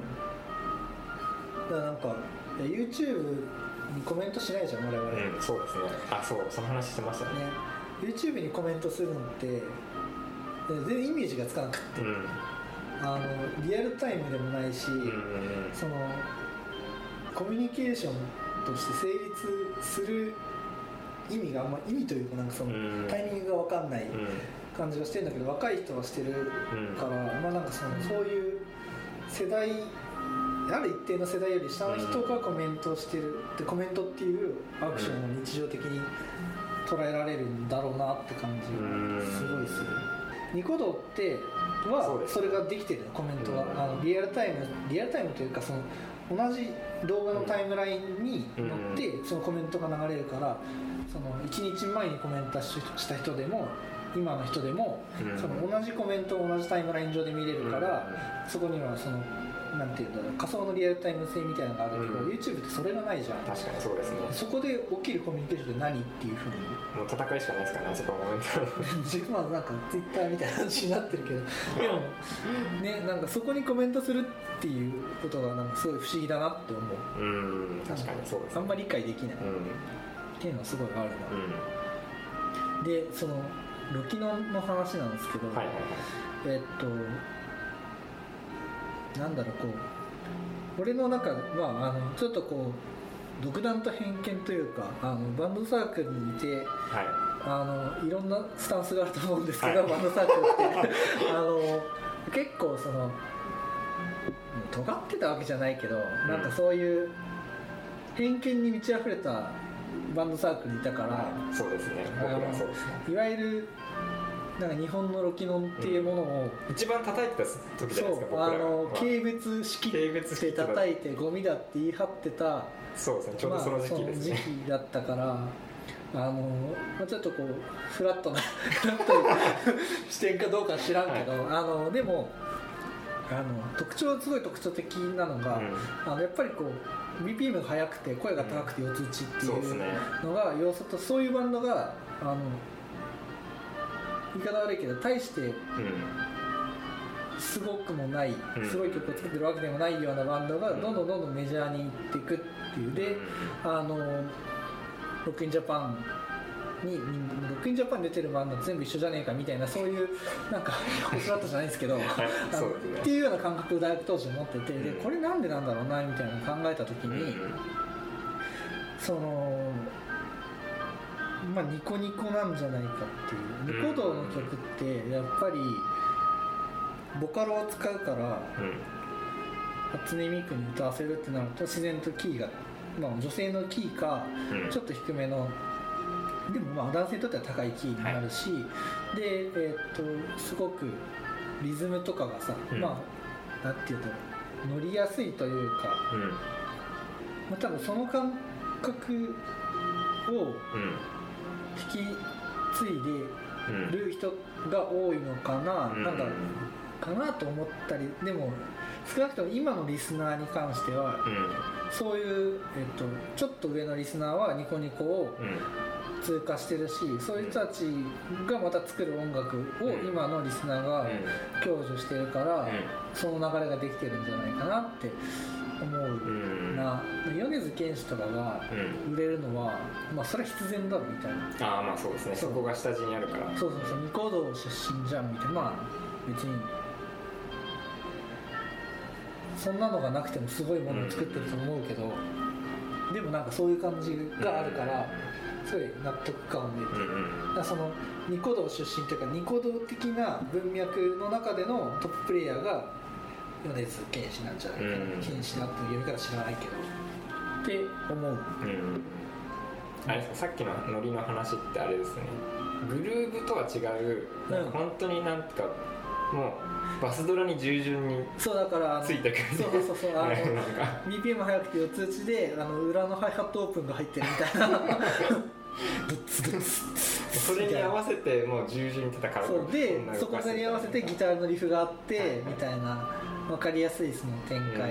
だからなんか YouTube にコメントしないじゃん我々、 そうですね。その話してましたね。 YouTube にコメントするのって全然イメージがつかなくて、リアルタイムでもないし、そのコミュニケーションとして成立する意味というか、なんかそのタイミングが分かんない感じがしてるんだけど、若い人はしてるから、なんかそういう世代、ある一定の世代より下の人がコメントをしてるで、コメントっていうアクションを日常的に捉えられるんだろうなって感じがすごいする。ニコ動ってはそれができてるの、コメントがリアルタイムというか、その同じ動画のタイムラインに乗ってそのコメントが流れるから、その1日前にコメントした人でも今の人でも、その同じコメントを同じタイムライン上で見れるから、そこにはそのなんていうんだろう、仮想のリアルタイム性みたいなのがあるけど、YouTube ってそれがないじゃん。 確かにそうですね。 そこで起きるコミュニケーションって何っていうふうにもう戦いしかないですからね、そこのコメント自分はなんか Twitter みたいな話になってるけどでもね、なんかそこにコメントするっていうことがなんかすごい不思議だなって思う。 確かにそうですね。 あんまり理解できない、っていうのはすごいあるな、でそのロキノンの話なんですけど、なんだろう、こう俺の中、ちょっとこう独断と偏見というか、バンドサークルにいて、いろんなスタンスがあると思うんですけど、バンドサークルって結構その尖ってたわけじゃないけど、なんかそういう偏見に満ち溢れたバンドサークルにいたから、 そうですね、僕らそうですね。 いわゆるなんか日本のロキノンっていうものを、 一番叩いてた時じゃないですか、僕らが軽蔑しきって叩いてゴミだって言い張ってた、 そうですね、ちょうどその時期ですね、 その時期だったから、ちょっとこうフラットな視点かどうか知らんけど、でもすごい特徴的なのが、やっぱりこう BPM が速くて声が高くて四つ打ちっていうのが要素と、そういうバンドが言い方悪いけど大してすごくもない、すごい曲を作ってるわけでもないようなバンドがどんどんメジャーに行っていくっていう。でロックインジャパンにロックインジャパンに出てるバンド全部一緒じゃねえかみたいな、そういうなんかフラットじゃないんですけどっていうような感覚を大学当時持ってて、でこれなんでなんだろうなみたいなのを考えた時に、そのニコニコなんじゃないかっていう。ニコ動の曲ってやっぱりボカロを使うから、初音ミクに歌わせるってなると自然とキーが、女性のキーかちょっと低めの、でも男性にとっては高いキーになるし、ですごくリズムとかがさ、なんていうと乗りやすいというか、多分その感覚を引き継いでる人が多いのかな、なんかなと思ったり。でも少なくとも今のリスナーに関しては、そういう、ちょっと上のリスナーはニコニコを通過してるし、そういう人たちがまた作る音楽を今のリスナーが享受してるから、その流れができてるんじゃないかなって思うな。米津玄師とかが売れるのは、それは必然だろみたいな。 そうですね、そこが下地にあるから。 そうニコ動出身じゃんみたいな。別にそんなのがなくてもすごいものを作ってると思うけど、でもなんかそういう感じがあるから、すごい納得感を得て、だからそのニコ動出身というかニコ動的な文脈の中でのトッププレイヤーが米津玄師なんじゃないかな。玄師だって読み方知らないけどって思う。 あれさっきのノリの話ってあれですね、グルーブとは違う、本当になんかもうバスドラに従順についてくる。 そうBPM 速くて四つ打ちで裏のハイハットオープンが入ってるみたいなそれに合わせてもう従順に戦う。 でそこに合わせてギターのリフがあってみたいな、分かりやすいその展開。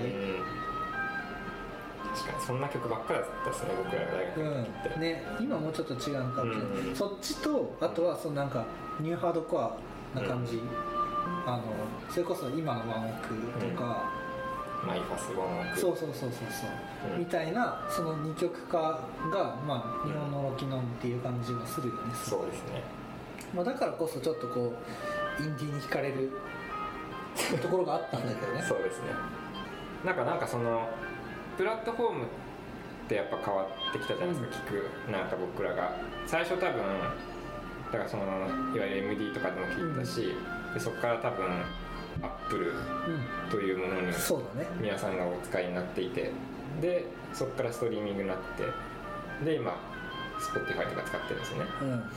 確かにそんな曲ばっかりだったですね、僕らが大学にって、 今もうちょっと違うのかもしれない。そっちとあとはそのなんかニューハードコアな感じ、それこそ今のワンオクとか、 マイファスワンオク、 そうみたいな、その二極化が日本のロキノンっていう感じがするよね。 そうですね。 だからこそちょっとこうインディーに惹かれるところがあったんだけどね。 そうですね。なんかそのプラットフォームってやっぱ変わってきたじゃないですか、なんか僕らが最初多分だからそのいわゆる MD とかでも聞いたし、でそこから多分アップルというものに皆さんがお使いになっていて、でそこからストリーミングになって、で今 Spotify とか使ってるんですよね。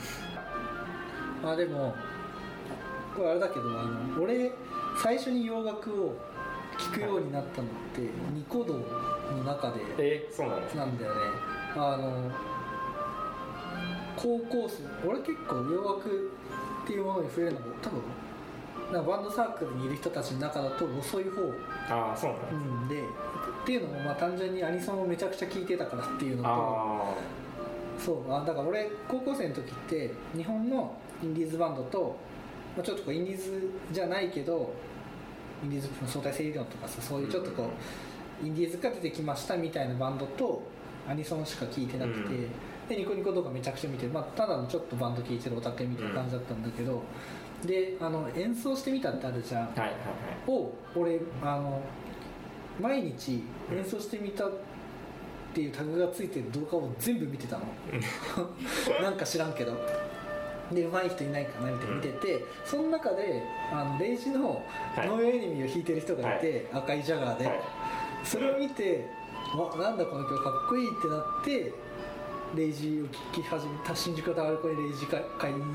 でもこれあれだけど、俺最初に洋楽を聴くようになったのってニコ動の中でなんだよね。高校生、俺結構洋楽っていうものに触れるのも多分なんかバンドサークルにいる人たちの中だと遅い方ああそうなんです、 でっていうのもまあ単純にアニソンをめちゃくちゃ聴いてたからっていうのとそうだから俺高校生の時って日本のインディーズバンドと、まあ、ちょっとこうインディーズじゃないけどインディーズの相対性理論とかさそういうちょっとこう、インディーズが出てきましたみたいなバンドとアニソンしか聴いてなくて、でニコニコ動画めちゃくちゃ見てる、まあ、ただのちょっとバンド聴いてるオタクみたいな感じだったんだけど、で演奏してみたってあるじゃん、 はいはいはい、 を俺毎日演奏してみたっていうタグがついてる動画を全部見てたのなんか知らんけどで上手い人いないかなみたいな見てて、その中でレイジのノーエニミーを弾いてる人がいて、赤いジャガーで、それを見てなんだこの曲かっこいいってなってレイジを聴き始めた、新宿のタワー横にレイジ買いに行って、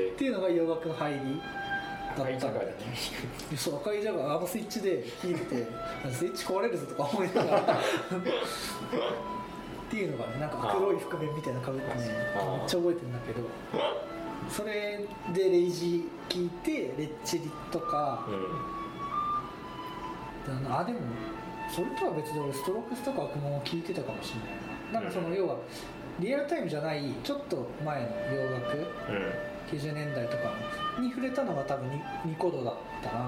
っていうのが洋楽の入りだったんだよね。そう赤いジャガースイッチで弾いててスイッチ壊れるぞとか思いながらっていうのがね、なんか黒い覆面みたいなかぶってねめっちゃ覚えてるんだけど、それでレイジ聴いてレッチリとか、でもそれとは別で俺ストロークスとか悪魔を聴いてたかもしれないな。なんかその要はリアルタイムじゃないちょっと前の洋楽、90年代とかに触れたのが多分ニコ動だったな。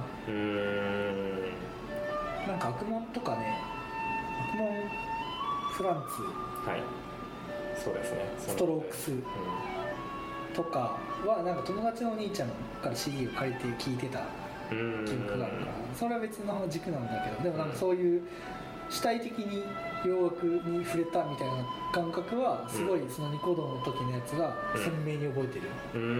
なんか悪魔とかね、悪魔フランツ、 はい、そうですね、 ストロークスとかはなんか友達のお兄ちゃんから CD を借りて聴いてた記憶があるから、それは別の軸なんだけど、でもなんかそういう主体的に洋楽に触れたみたいな感覚はすごいそのニコ動の時のやつが鮮明に覚えてる。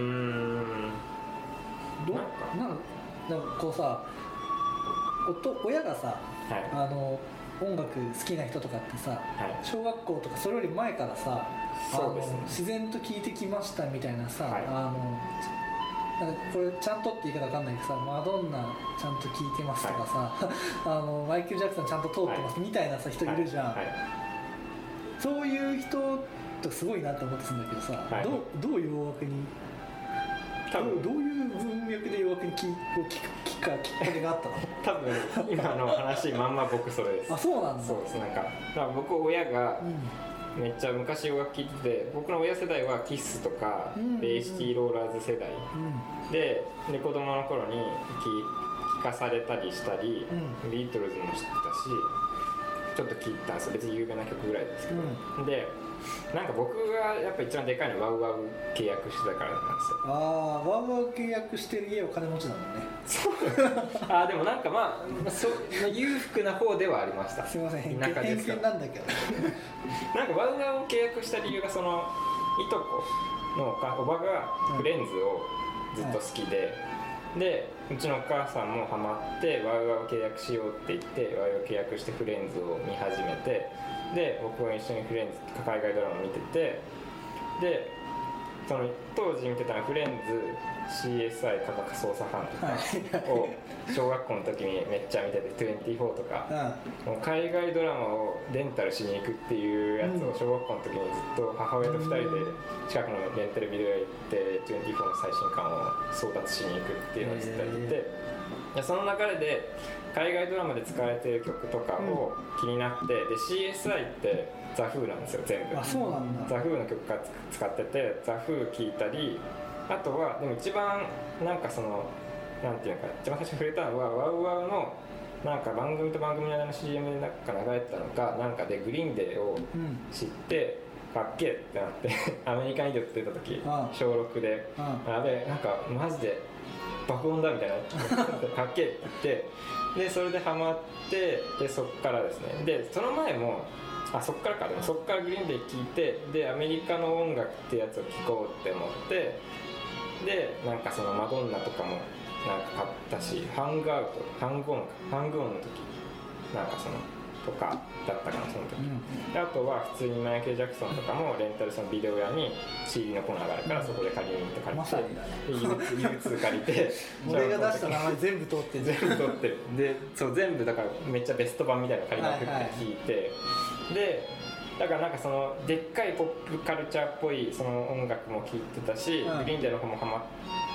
なんかこうさ、親がさ、音楽好きな人とかってさ、小学校とかそれより前からさ、自然と聴いてきましたみたいなさ、なんかこれちゃんとって言い方わかんないけどさ、マドンナちゃんと聴いてますとかさ、マイケル・ジャクソンちゃんと通ってますみたいなさ人いるじゃん、そういう人とすごいなって思ってたんだけどさ、どういう洋楽にどういう文脈で洋楽に聞くきっかけがあったの？ 多分今の話まんま僕それです。 あ、そうなんだ。 そうです。なんか僕親がめっちゃ昔洋楽聴いてて、僕の親世代はキッスとかベイシティローラーズ世代で子供の頃に聴かされたりしたり、ビートルズも知ってたしちょっと聴いたんですよ。別に有名な曲ぐらいですけど、でなんか僕がやっぱ一番でかいのはワウワウ契約してたからなんですよ。 ワウワウ契約してる家は金持ちだもんね。 そうでもなんかまあ裕福な方ではありました。 すいません、偏見なんだけどなんかワウワウを契約した理由が、そのいとこのおばがフレンズをずっと好きで、でうちのお母さんもハマってワウワウ契約しようって言ってワウワウ契約してフレンズを見始めて、で僕も一緒にフレンズ海外ドラマ見てて、でその当時見てたのはフレンズ CSI 科学捜査班とかを小学校の時にめっちゃ見てて、24とか、もう海外ドラマをレンタルしに行くっていうやつを小学校の時にずっと母親と2人で近くのレンタルビデオ屋行って24の最新刊を争奪しに行くっていうのをずっとやってて、でその流れで海外ドラマで使われてる曲とかを気になって、で CSI ってザ・フーなんですよ全部。 あ、そうなんだ。 ザ・フーの曲から使ってて、ザ・フー聴いたり、あとはでも一番なんかそのなんていうのか、一番最初に触れたのはワウワウのなんか番組と番組の間の CM でなんか流れてたのかなんかでグリーンデーを知って、かっけえってなってアメリカンイデオって出た時小6で、あれなんかマジで爆音だみたいなかっけえって言って、でそれでハマって、でそっからですね、でその前もそっからか、でもそっからグリーンデー聴いて、でアメリカの音楽ってやつを聴こうって思って、でなんかそのマドンナとかもなんか買ったし、ハングオンの時なんかそのとかだったかなその時、であとは普通にマイケル・ジャクソンとかもレンタルそのビデオ屋に CD のコーナーがあるからそこで借りに行って借りて、U2 借りて俺が出した名前全部通ってるでそう全部だからめっちゃベスト版みたいなの借りまくって聴いて、でだからなんかそのでっかいポップカルチャーっぽいその音楽も聴いてたし、グリーンデーの方もハマっ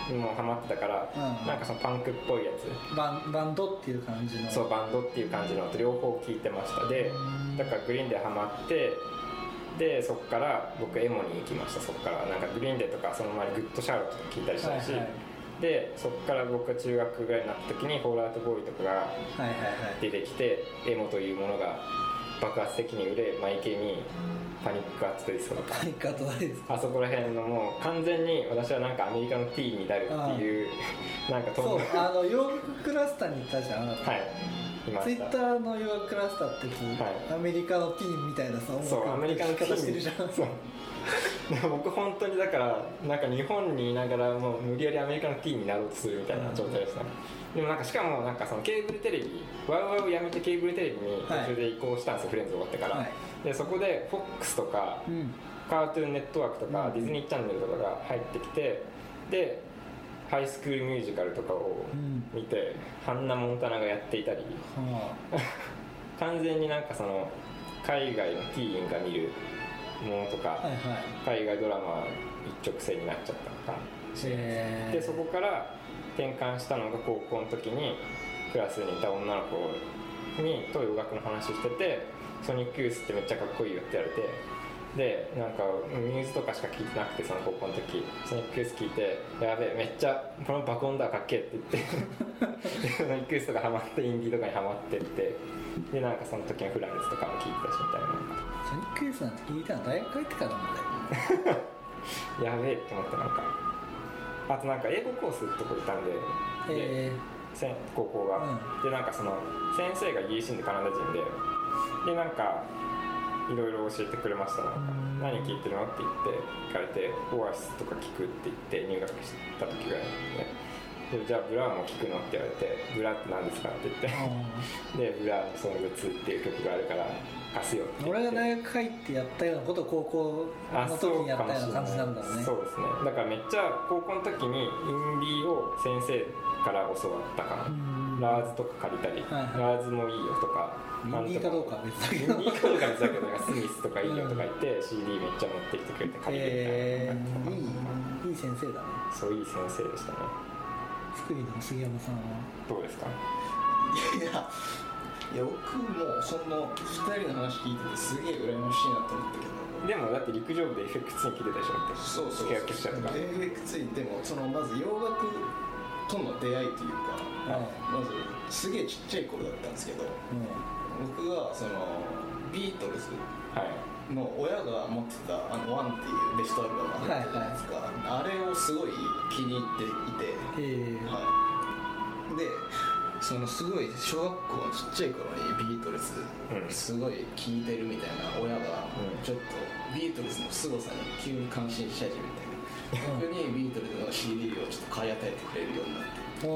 もハマってたから、なんかそのパンクっぽいやつバンドっていう感じの、 そうバンドっていう感じの両方聴いてました。でだからグリーンデーハマって、でそこから僕エモに行きました。そこからなんかグリーンデーとかその前にグッドシャーロットとか聴いたりしたし、でそこから僕が中学ぐらいになった時にホールアウトボーイとかが出てきて、エモというものが爆発的に売れ、マイケにパニックアットディスコとか、 パニックアットディスコ、 あそこら辺のもう完全に私はなんかアメリカのティーンになるっていう、なんかそう洋楽クラスターに行ったじゃん。はい、ツイッターの洋楽クラスターってアメリカのティーンみたいなさ、 そうアメリカのティーンしてるじゃん。そうでも僕本当にだからなんか日本にいながらもう無理やりアメリカのティーンになろうとするみたいな状態でした、でもなんかしかもなんかそのケーブルテレビワウワウをやめてケーブルテレビに途中で移行したんですよ、フレンズ終わってから、でそこで FOX とか、カートゥーンネットワークとか、ディズニーチャンネルとかが入ってきて、でハイスクールミュージカルとかを見て、ハンナ・モンタナがやっていたり、完全になんかその海外のティーンが見るものとか、海外ドラマ一直線になっちゃったのかもしれないです。でそこから転換したのが高校の時にクラスにいた女の子にと洋楽の話してて、ソニックユースってめっちゃかっこいいよって言われて、でなんかミューズとかしか聞いてなくて、その高校の時ソニックユース聞いて、やべえめっちゃこの爆音だかっけえって言ってソニックユースとかハマって、インディーとかにハマってって、でなんかその時のフランスとかも聞いてたしみたいな。 ソニックユースなんて聞いたの大学帰ってからなんだよやべえって思って、なんかあとなんか英語コースとこ行ったんで、高校が、でなんかその先生がイギリス人でカナダ人でなんかいろいろ教えてくれました。なんか何聞いてるのって言って聞かれて、オアシスとか聞くって言って入学した時ぐらいで、じゃあブラーも聞くのって言われて、ブラって何ですかって言ってでブラーのソング2っていう曲があるから貸すよって言って、 俺が大学入ってやったようなことを高校の時にやったような感じなんだろうね。 そうですね。だからめっちゃ高校の時にインディーを先生から教わったかな。ラーズとか借りたり、ラーズもいいよとか、 インディーかどうかは別だけど、 インディーかどうかは別だけど、なんかスミスとかいいよとか言って CD めっちゃ持ってきてくれて借りてみたいな、 いい先生だね。 そういい先生でしたね。 福井の杉山さんはどうですか？ いや僕もその2人の話聞いててすげえ羨ましいなと思ったけど、 でもだって陸上部で FX に来てたでしょって。 そうそうそう、FX でもそのまず洋楽との出会いというか、まずすげえちっちゃい頃だったんですけど、僕がそのビートルズの親が持ってたワンっていうベストアルバムがあったじゃないですか、あれをすごい気に入っていて、でそのすごい小学校のちっちゃい頃にビートルズすごい聴いてるみたいな親がちょっとビートルズの凄さに急に感心し始めて、逆にビートルズの CD をちょっと買い与えてくれるようになって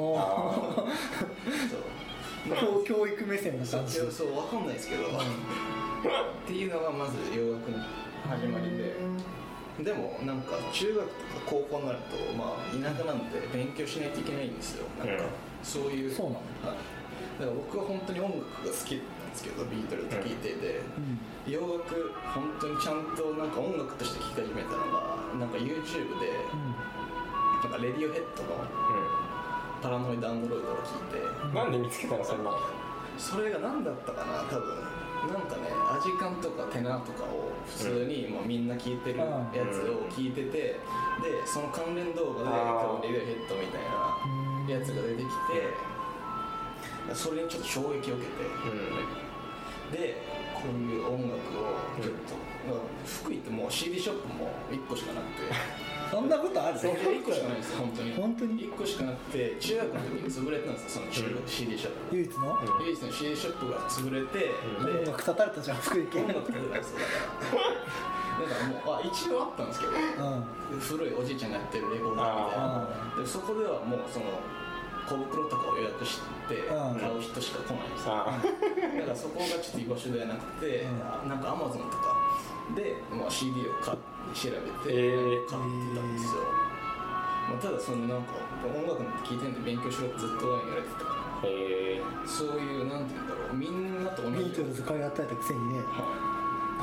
そう教育目線の感じ。 そう分かんないですけどっていうのがまず洋楽の始まりで、でもなんか中学とか高校になるとまあ田舎なんで勉強しないといけないんですよ。なんかそういう、 そうなの。 だから僕は本当に音楽が好きだったんですけど、ビートルズ聴いてて、洋楽本当にちゃんとなんか音楽として聴き始めたのがなんか YouTube で、なんかレディオヘッドのパラノイドアンドロイドを聴いて、 なんで見つけたのそんな。 それが何だったかな、多分なんかねアジカンとかテナーとかを普通に、まあ、みんな聴いてるやつを聴いてて、でその関連動画で多分レディオヘッドみたいなやつが出てきて、それにちょっと衝撃を受けて、でこういう音楽をちょっと、福井ってもう CD ショップも1個しかなくてそんなことある ？1個しかないんですよ、本当に 1 個しかなくて、中学の時に潰れてたんですよ、その CD ショップ。 唯一の CD ショップが潰れて、 音楽立たれたじゃん、福井県。 音楽立たれたんですよ。だからもう一応あったんですけど、古いおじいちゃんがやってるレコードみたいな、でそこではもうその小袋とかを予約して買う人しか来ないんですよ。だからそこがちょっと居場所ではなくて、なんか Amazon とかで、まあ、CD を調べて買ってたんですよ。まあ、ただそのなんか音楽なんて聴いてんで勉強しろってずっと親に言われてたから、そういうなんていうんだろう、みんなと同じビートルズ買い与えたくせにね、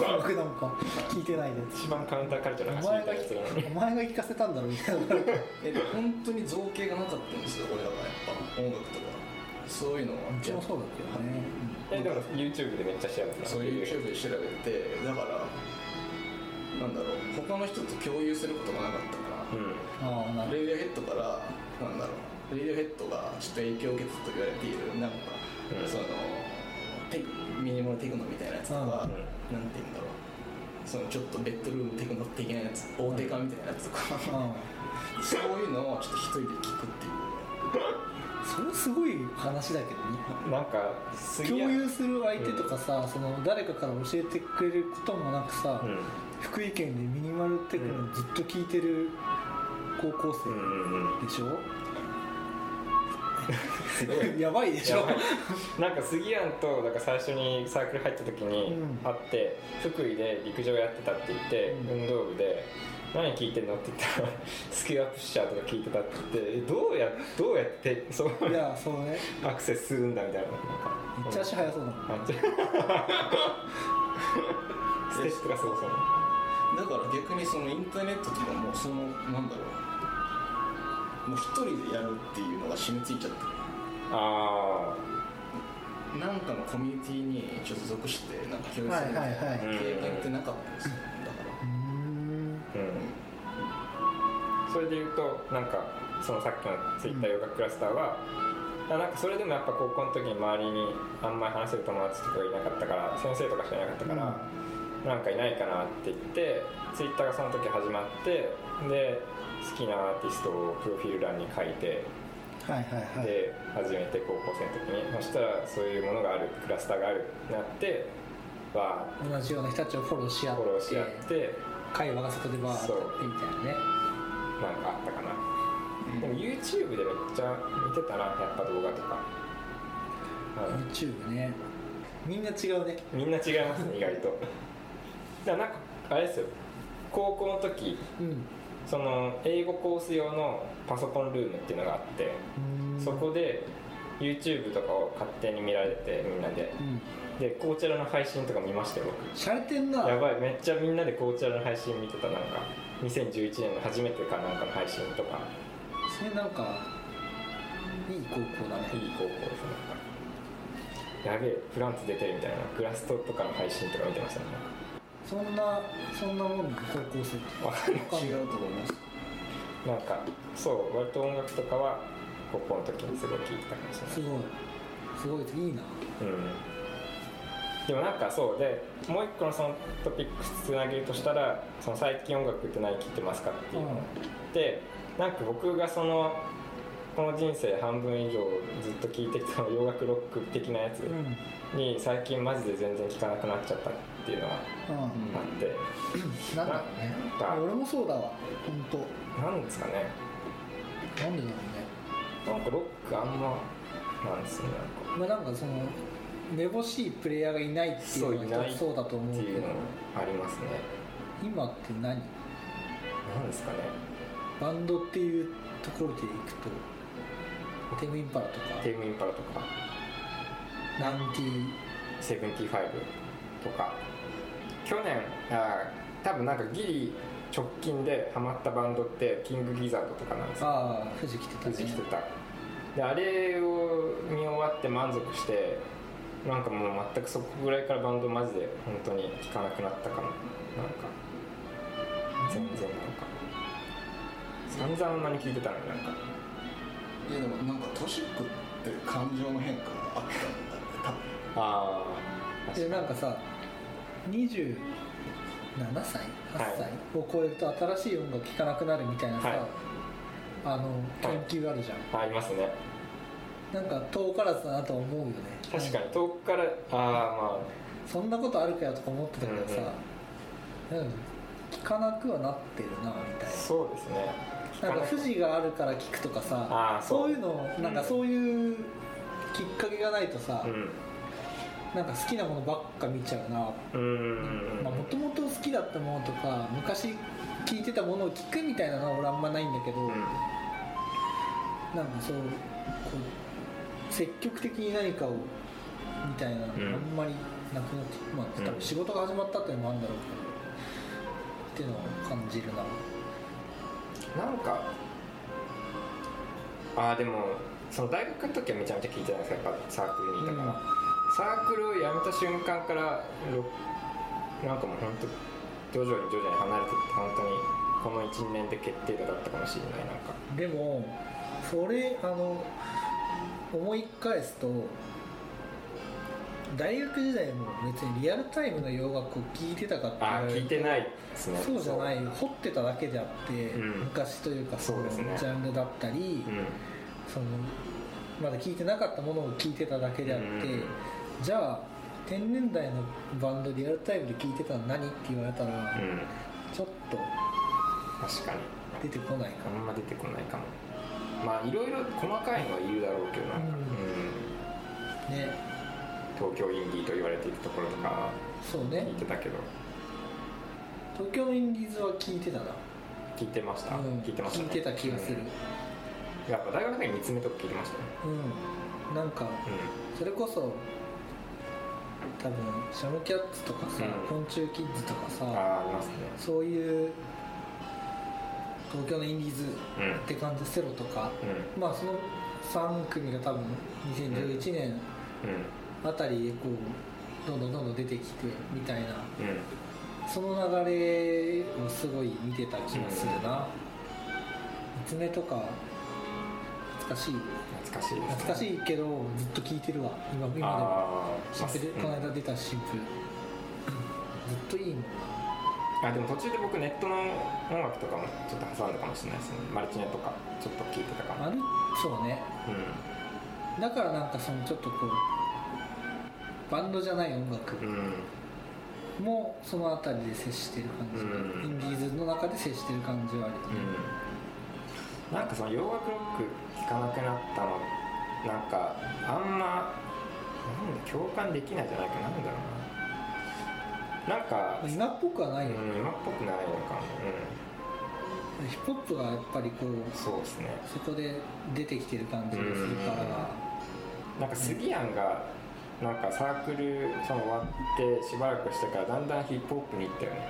僕なんか聞いてないで一番カウンターカルチャーの走りた人なのにお前が聞かせたんだろみたいな本当に造形がなかったんですよ俺らがやっぱ音楽とかそういうのはうちもそうだけどね、 でも YouTube でめっちゃ調べてそう YouTube で調べてだからなんだろう他の人と共有することがなかったから、 ああなるレイディオヘッドからなんだろうレイディオヘッドがちょっと影響を受けたと言われているなんか、そのミニモルテクノみたいなやつとか、なんて言うんだろうそのちょっとベッドルームテクノ的なやつ大手化みたいなやつとか、そういうのをちょっと一人で聞くっていうそれすごい話だけどねなんか共有する相手とかさ、その誰かから教えてくれることもなくさ、福井県でミニマルテクノずっと聞いてる高校生でしょ、すごいやばいでしょなんか杉庵となんか最初にサークル入った時に会って、福井で陸上やってたって言って、運動部で何聞いてんのって言ったらスキルアップシャーとか聞いてたって言ってどうやってそういやそうねアクセスするんだみたいなめっちゃ足速そうだもんステップがすごそうだから逆にそのインターネットとかもそのなんだろうもう一人でやるっていうのが染みついちゃってるなんかのコミュニティにちょっと属してなんか共有するみたいな経験ってなかったんですよ、 それでいうとなんかそのさっきのツイッターヨガクラスターは、なんかそれでもやっぱ高校の時に周りにあんまり話せる友達とかいなかったから先生とかしかいなかったから、なんかいないかなって言ってツイッターがその時始まってで好きなアーティストをプロフィール欄に書いて、で初めて高校生の時にそしたらそういうものがあるクラスターがあるってなって同じような人たちをフォローし合って会話が外でバーッとってみたいなねなんかあったかな、でも YouTube でめっちゃ見てたなやっぱ動画とか、 YouTube ねみんな違うねみんな違いますね意外とだからなんかあれですよ高校の時、その英語コース用のパソコンルームっていうのがあってそこで YouTube とかを勝手に見られてみんなで、でコーチェラの配信とか見ましたよ僕。 しゃれてんな。 やばいめっちゃみんなでコーチェラの配信見てた。なんか2011年の初めてかなんかの配信とか。 それなんかいい高校だね。 いい高校ですね。やべえフランツ出てるみたいなグラストとかの配信とか見てましたね。 そんなもんの高校生って違うと思います。 なんかそう割と音楽とかは高校の時にすごい聴いてたかもしれない。 すごいいいな。 でもなんかそうでもう一個のそのトピックスつなげるとしたらその最近音楽って何聴いてますかっていうので、なんか僕がそのこの人生半分以上ずっと聴いてきた洋楽ロック的なやつに最近マジで全然聴かなくなっちゃったっていうのはあって、 なんだろうね。俺もそうだわ本当。 なんですかね。 なんでだろうね。 なんかロックあんまなんですね。 なんかそのめぼしいプレイヤーがいないっていうのはそうだと思うけど、 ありますね。 今って何？ なんですかね。 バンドっていうところでいくとテームインパラとかナンティ 75とか去年多分なんかギリ直近でハマったバンドってキングギザードとかなんですよ。 ああ富士来てたね。 富士来てた。であれを見終わって満足してなんかもう全くそこぐらいからバンドマジで本当に聴かなくなったかな。なんか全然なんか散々あんなに聴いてたのになんかいやでもなんか年食って感情の変化があったんだね多分。 ああでなんかさ27歳8歳を超えると新しい音楽聴かなくなるみたいなさ、研究あるじゃん。 ありますね。 なんか遠からずだなと思うよね。 確かに遠くからまあそんなことあるかよとか思ってたけどさ、聞かなくはなってるなみたいな。 そうですね。 なんか富士があるから聞くとかさ、そういうのなんかそういうきっかけがないとさ、なんか好きなものばっか見ちゃうな。もともと好きだったものとか昔聴いてたものを聞くみたいなのは俺あんまないんだけど、なんかそうこう積極的に何かをみたいなのがあんまりなくなって、まあ多分仕事が始まったっていうのもあるんだろうけど、っていうのを感じるな。 なんかでもその大学の時はめちゃめちゃ聞いてたんですけど、やっぱサークルにいたから、サークルを辞めた瞬間からなんかもう本当徐々に離れていって、本当にこの 1,2 年で決定打だったかもしれない。なんかでもそれ思い返すと、大学時代も別にリアルタイムの洋楽を聴いてたかって言われると聞いてないですね。 そうじゃない、掘ってただけであって、昔というかそのジャンルだったり、そのまだ聴いてなかったものを聴いてただけであって、じゃあ10年代のバンドリアルタイムで聴いてたの何って言われたら、ちょっと確かに出てこないかも。 あんま出てこないかも。まあいろいろ細かいのはいるだろうけど、なんかね、 東京インディーと言われているところとかそうね、 聞いてたけど、 東京のインディーズは聞いてたな。 聞いてました、聞いてましたね。 聞いてた気がする、 やっぱ大学の時に3つ目とか聞いてましたね。 なんか、それこそ多分シャムキャッツとかさ、昆虫キッズとかさ、 ありますね。そういう東京のインディーズって感じ、セロとか、まあその3組が多分2011年あたりでこうどんどん出てきてみたいな、その流れをすごい見てた気がするな。三つ目とか懐かしいですね。懐かしいけどずっと聴いてるわ。今でもシンプル、この間出たシンプル、ずっといいもんな。 でも途中で僕ネットの音楽とかもちょっと挟んだかもしれないですね。マルチネとかちょっと聴いてたかも。 そうね、だからなんかそのちょっとこうバンドじゃない音楽もそのあたりで接してる感じ、インディーズの中で接してる感じはあるよね。 なんかその洋楽ロック聴かなくなったの、なんかあんま共感できないじゃないかな。なんだろうな。なんか今っぽくはないよね。 今っぽくないのかも。 ヒップホップがやっぱりこう、 そうですね、 そこで出てきてる感じがするから、 なんかスギアンがなんかサークルその終わってしばらくしてからだんだんヒップホップに行ったよね。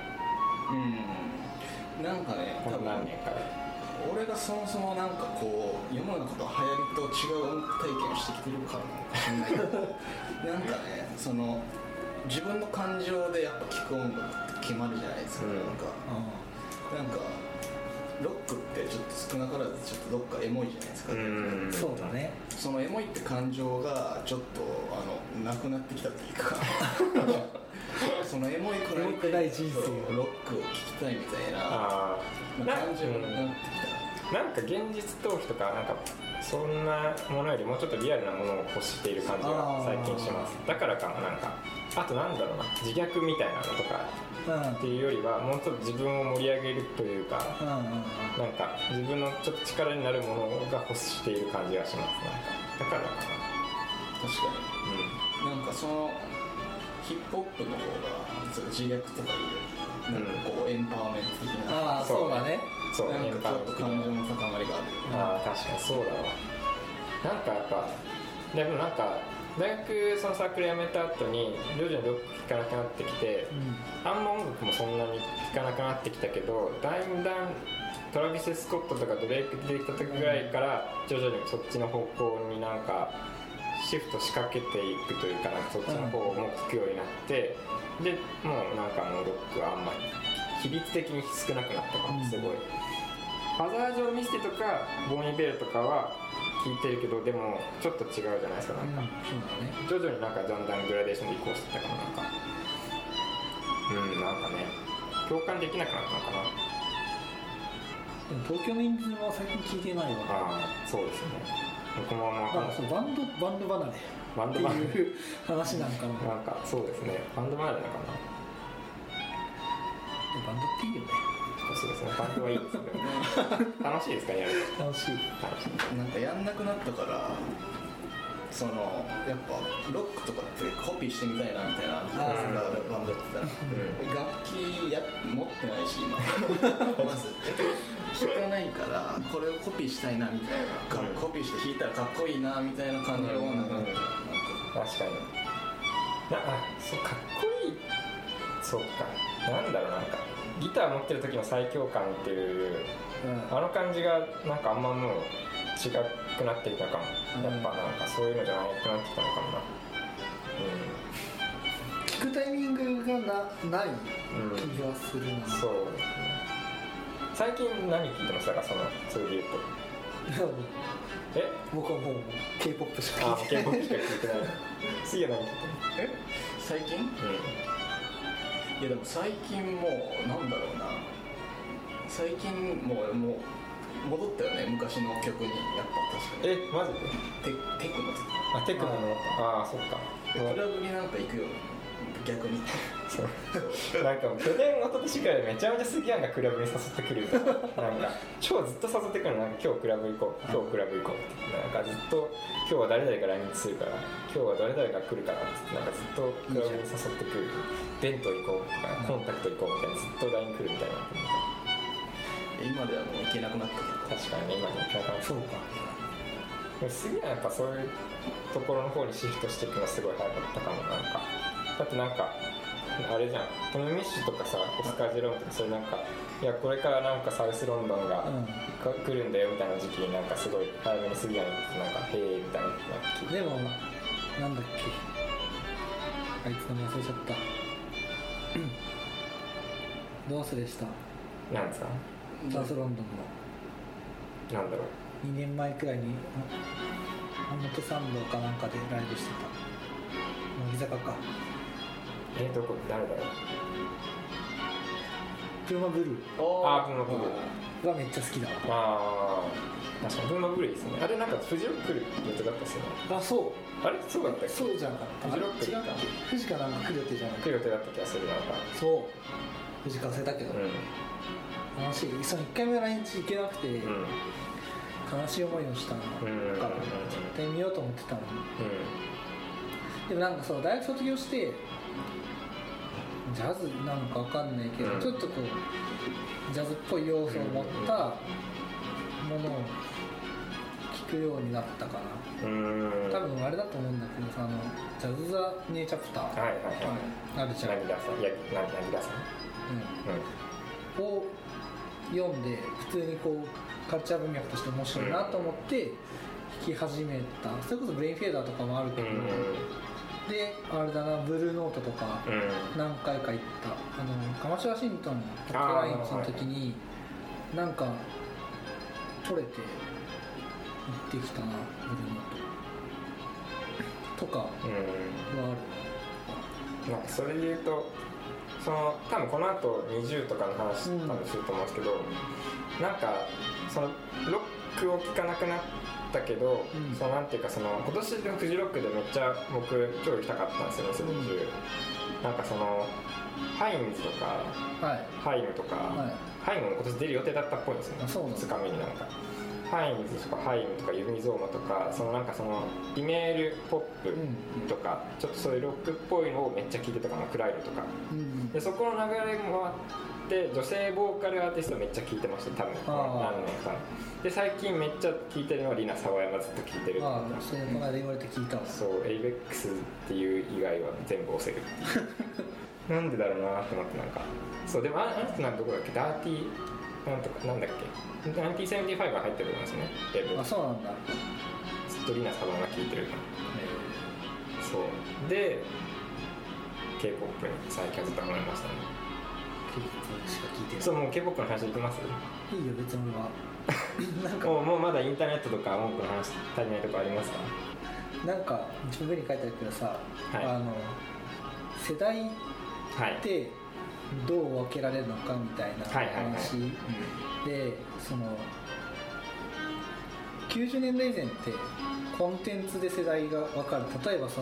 なんかね、 多分何年かで。 俺がそもそもなんかこう世の中と流行りと違う音楽体験をしてきてるからなんかしんないなんかね、その自分の感情でやっぱ聴く音楽って決まるじゃないですか。なんかロックってちょっと少なからずちょっとどっかエモいじゃないですか。 そうだね。 そのエモいって感情がちょっとなくなってきたっていうかそのエモいくらい人生ロックを聴きたいみたいな感情になってきた。 なんか現実逃避とかなんかそんなものよりもうちょっとリアルなものを欲している感じが最近します。だからかな。なんかあとなんだろうな、自虐みたいなのとかっていうよりはもうちょっと自分を盛り上げるというか、なんか自分のちょっと力になるものが欲している感じがします。なんかだからかな。 確かに、なんかそのヒップホップの方が自虐とかいうなんかこうエンパワーメント的な、 そうだね。 そうなんかちょっと感情の高まりがある。 確かにそうだわ。なんかやっぱでもなんか大学そのサークル辞めた後に徐々にロック聴かなくなってきて、あんま音楽もそんなに聴かなくなってきたけど、だんだんトラビス・スコットとかドレイク出てきた時ぐらいから徐々にそっちの方向になんかシフト仕掛けていくというか、なんかそっちの方も聴くようになって、でもうなんかもうロックはあんまり比率的に少なくなったかも。すごいハザードミスティとかボーニーベルとかは聴いてるけど、でもちょっと違うじゃないですか。なんか、徐々になんかだんだんグラデーションで移行してたかも。なんかなんかね、共感できなくなったのかな。 でも東京のインディーズは最近聴いてないわ。 そうですね。僕もそうバンド離れっていう話なんかな。 なんかそうですね、バンド離れなのかな。 バンドっていいよね。 そうですね、バンドはいいですね楽しいですか、やる。 楽しい。 なんかやんなくなったから、そのやっぱロックとかってコピーしてみたいなみたいなバンドやってたら、楽器持ってないし今まず弾かないから、これをコピーしたいなみたいな、コピーして弾いたらかっこいいなみたいな感じの音楽。 確かにそうかっこいい。そうか、なんだろう、なんかギター持ってる時の最強感っていう、あの感じがなんかあんまもう違くなっていたかも、やっぱなんかそういうのじゃなくなってきたのかもな。 聞くタイミングがない気がするな。 そう。最近何聞いてましたか、それで言うと。 僕はもう K-POP しか聞いてない。 K-POP しか聞いてない。次は何聞いてるの？ 最近？いやでも最近もうなんだろうな。最近もう戻ったよね、昔の曲に。やっぱ確かに。 マジで？ テクノとか。 テクノの。そっか。 クラブになんか行くよ。逆になんか去年一昨年くらいめちゃめちゃ杉谷がクラブに誘ってくるなんか超ずっと誘ってくるの。なんか今日クラブ行こう、今日クラブ行こうってなんかずっと今日は誰々が来日するから今日は誰々が来るからってなんかずっとクラブに誘ってくる。ベント行こうとかコンタクト行こうみたいなずっと LINE 来るみたいな。 今ではもう行けなくなったけど。確かにね、今では行けなくなった。 そうか。 でも杉谷はやっぱそういうところの方にシフトしていくのすごい早かったかも。なんかだってなんかあれじゃん、トム・ミッシュとかさ、オスカー・ジェロームとか、それなんかいやこれからなんかサウスロンドンが来るんだよみたいな時期になんかすごい早めに杉谷になんかへえみたいな聞いて。 でもなんだっけ、あいつの名前忘れちゃった。どう忘れした。 なんですか？ サウスロンドンのなんだろう、 2年前くらいに表参道かなんかでライブしてた乃木坂か。 どこ、誰だろう。 プーマブルー。 プーマブルーがめっちゃ好きだわ。確かにプーマブルーですね。あれなんかフジロックる予定だったっすよね。 そう。 あれそうだったっけ？ そうじゃんか。 フジロック違うか。フジかなんか来る予定じゃない。 来る予定だった気がする。なんかそう。フジか忘れたけど。楽しい。その1回目来日行けなくて、悲しい思いをしたから絶対見ようと思ってたのに。でもなんかそう大学卒業してジャズなのかわかんないけど、ちょっとこうジャズっぽい要素を持ったものを聴くようになったかな。多分あれだと思うんだけどさ、ジャズ・ザ・ニューチャプターあるじゃん。 何田さんを読んで普通にこうカルチャー文脈として面白いなと思って弾き始めた。それこそブレインフェーダーとかもあるけど、であれだな、ブルーノートとか何回か行った。カマシワシントン初来日の時になんか取れて行ってきたな、ブルーノートとかはある。 なんかそれで言うと多分この後20とかの話多分すると思うんですけど、なんかそのロックを聴かなくなったけど、なんていうか今年のフジロックでめっちゃ僕超行きたかったんですよね、すごく。なんかハインズとか、ハイムとか、ハイムも今年出る予定だったっぽいんですよね。2日目になんかハインズとかハイムとかユミゾーマとかなんかイメールポップとか、ちょっとそういうロックっぽいのをめっちゃ聴いてたかな、クライルとか、でそこの流れもあって女性ボーカルアーティストめっちゃ聴いてました、多分何年かで。最近めっちゃ聴いてるのはリナ・サワヤマずっと聴いてるって言ってました。 この間言われて聞いたわ。 そう、エイベックスっていう以外は全部押せるっていうなんでだろうなって思って。なんかそうでもあの人なんかどこだっけ、ダーティーなんとかなんだっけ、1975が入ってるんですね。 そうなんだ。 ずっとリナ・サワヤマ聴いてるから。そうで K-POP に最近はずっとハマりましたね。 K-POP しか聞いてない。 そう、もう K-POP の話いきます？ いいよ別に俺はなんかもうまだインターネットとか音楽の話足りないとこありますか？ なんか一番上に書いてあるけどさ、世代ってどう分けられるのかみたいな話で、90年代以前ってコンテンツで世代が分かる。例えば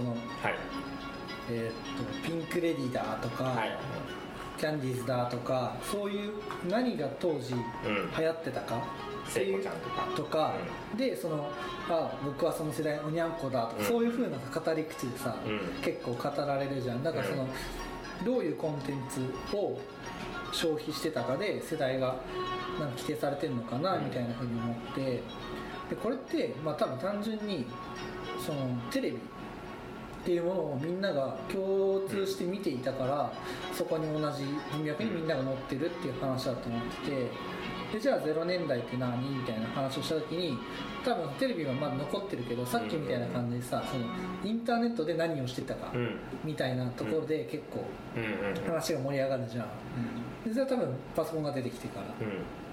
ピンク・レディーだとか、キャンディーズだとか、そういう何が当時流行ってたかっていうとかで、僕はその世代おにゃんこだとか、そういう風な語り口でさ、結構語られるじゃん。だからどういうコンテンツを消費してたかで世代がなんか規定されてるのかなみたいな風に思って、でこれって多分単純にテレビっていうものをみんなが共通して見ていたから、そこに同じ文脈にみんなが載ってるっていう話だと思ってて、でじゃあ0年代って何みたいな話をした時に、多分テレビはまだ残ってるけど、さっきみたいな感じでさ、そのインターネットで何をしてたかみたいなところで結構話が盛り上がるじゃん。でそれは多分パソコンが出てきてから、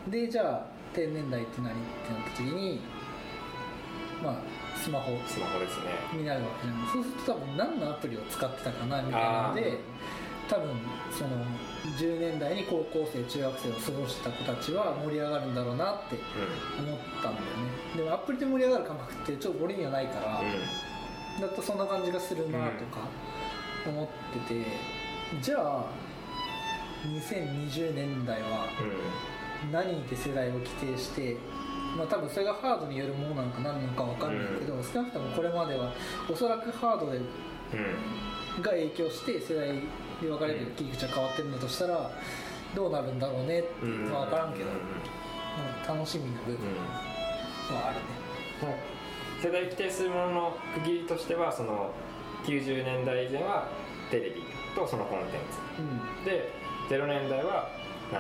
でじゃあ低年代って何ってなった時に、まあスマホですねになるわけじゃん。そうすると多分何のアプリを使ってたかなみたいなので、多分その10年代に高校生中学生を過ごした子たちは盛り上がるんだろうなって思ったんだよね。でもアプリで盛り上がる感覚ってちょっと俺にはないから、だとそんな感じがするなとか思ってて、じゃあ2020年代は何で世代を規定して、まあ多分それがハードによるものなのか何なのか分かんないけど、少なくともこれまではおそらくハードでが影響して世代で分かれる切り口が変わってるんだとしたらどうなるんだろうねっていうのは分からんけど、楽しみな部分はあるね。 世代規定するものの区切りとしては、その90年代以前はテレビとそのコンテンツ、で0年代は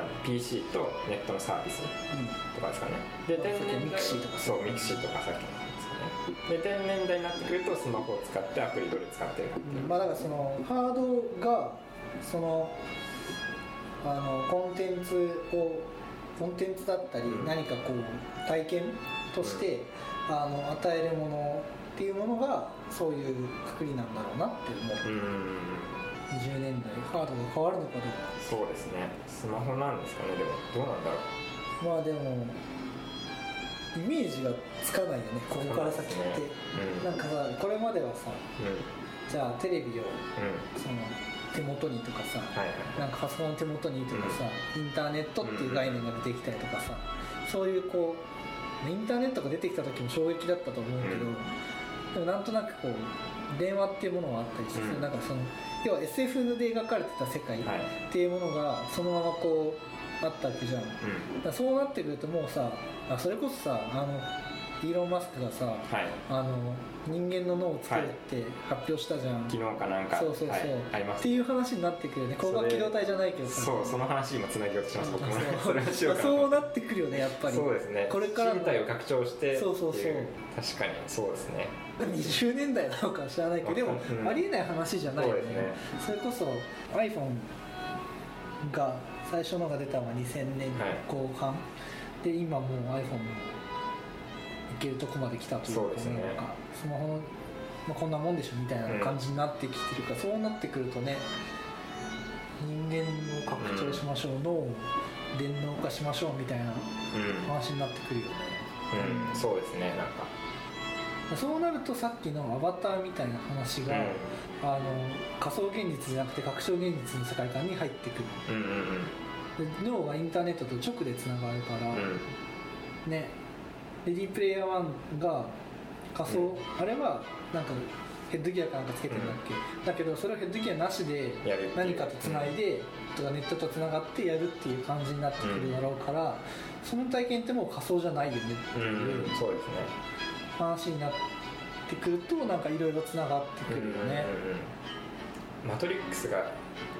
PC とネットのサービスとかですかね。で10年代ミクシーとかそうミクシーとかさっきので10年代になってくるとスマホを使ってアプリどれ使ってるかっていう、 まあだからそのハードがそのコンテンツだったり何かこう体験として与えるものっていうものがそういうくくりなんだろうなって思う。20年代ハードが変わるのかどうか。 そうですね、スマホなんですかね。でもどうなんだろう。 まあでもイメージがつかないよね、ここから先って、なんかさ、これまではさ、じゃあテレビを、その手元にとかさ、なんかパソコンの手元にとかさ、インターネットっていう概念が出てきたりとかさ、そういうこうインターネットが出てきた時も衝撃だったと思うけど、でもなんとなくこう電話っていうものがあったりして、なんかその要は SF で描かれてた世界っていうものがそのままこうあったわけじゃん。だからそうなってくるともうさ、それこそさイーロン・マスクがさ、人間の脳を作るって発表したじゃん、 昨日かなんか。そうありますっていう話になってくるよね。光学機動隊じゃないけどさ、 その話今つなげようとします。僕もそれはしようかな。そうなってくるよね、やっぱり。 そうですね、 これから身体を拡張してっていう。 そう確かにそうですね。 20年代なのか知らないけど、でもありえない話じゃないよね。それこそ iPhone が最初のが出たのが2000年後半、で今もう iPhone もいけるとこまで来たというか、スマホの、こんなもんでしょみたいな感じになってきてるから、そうなってくるとね、人間を拡張しましょう、脳を電脳化しましょうみたいな話になってくるよね。 そうですね。なんかそうなるとさっきのアバターみたいな話が、仮想現実じゃなくて拡張現実の世界観に入ってくる、で脳がインターネットと直でつながるから、ね、レディープレイヤー1が仮想、あれはなんかヘッドギアかなんかつけてるんだっけ、だけどそれをヘッドギアなしで何かとつないで、とかネットとつながってやるっていう感じになってくるだろうから、その体験ってもう仮想じゃないよねっていうそうですね話になってくると、なんかいろいろつながってくるよね。 マトリックスが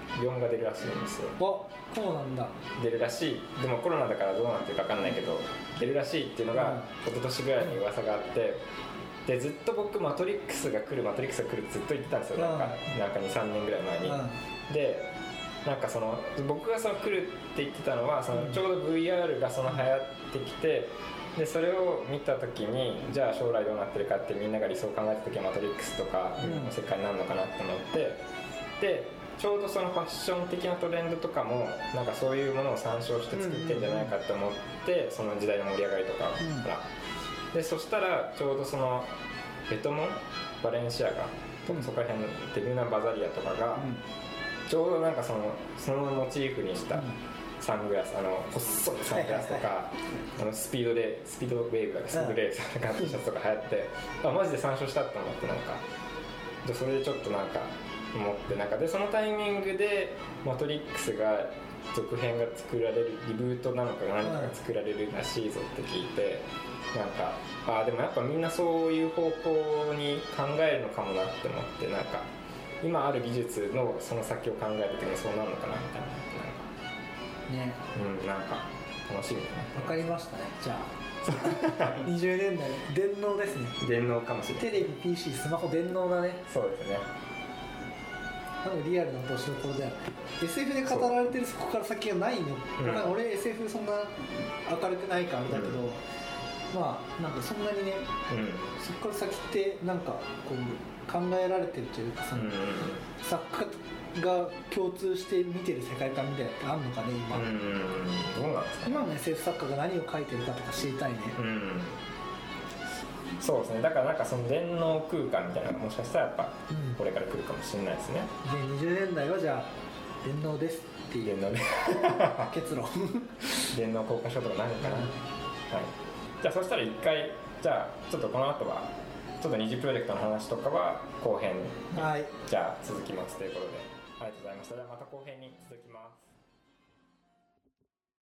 4が出るらしいんですよ。 そうなんだ。 出るらしい。でもコロナだからどうなってるか分かんないけど出るらしいっていうのが一昨年ぐらいに噂があって、でずっと僕マトリックスが来るってずっと言ってたんですよ。なんか 2,3 年ぐらい前に。でなんかその僕がその来るって言ってたのは、そのちょうど VR がその流行ってきて、でそれを見た時に、じゃあ将来どうなってるかってみんなが理想を考えた時はマトリックスとかの世界になるのかなって思って、でちょうどそのファッション的なトレンドとかもなんかそういうものを参照して作ってんじゃないかって思って、その時代の盛り上がりとかから、でそしたらちょうどそのベトモン、バレンシアガとかそこら辺のデビューナバザリアとかがちょうどなんかそのモチーフにしたサングラス、細いサングラスとか、スピードウェーブだかスピードレーサーとか T シャツとか流行って、マジで参照したと思って、なんかでそれでちょっとなんか思って、なんかでそのタイミングでマトリックスが続編が作られる、リブートなのか何かが作られるらしいぞって聞いて、なんかでもやっぱみんなそういう方向に考えるのかもなって思って、なんか今ある技術のその先を考える時にそうなるのかなみたいな、なんかね、 なんか楽しみだね。 わかりましたね。じゃあ20年代電脳ですね。 電脳かもしれない。 テレビ、PC、スマホ、電脳だね。 そうですね。 多分リアルな年の頃だよね。 SF で語られてるそこから先がないの、なんか俺 SF そんな明るくないからあれだけど、まあなんかそんなにね、そこから先ってなんかこう考えられてるというか、その、作家が共通して見てる世界観みたいなのってあるのかね今。 どうなんですかね。 今の SF 作家が何を書いてるかとか知りたいね。 そうですね。だからなんかその電脳空間みたいなのがもしかしたらやっぱこれから来るかもしれないですね。 2020年代はじゃあ電脳ですっていう電脳で結論電脳効果書とかないのかな、はい。じゃあそしたら一回、じゃあちょっとこの後はちょっと二次プロジェクトの話とかは後編に、じゃあ続きますということで、ありがとうございました。じゃあまた後編に続きます。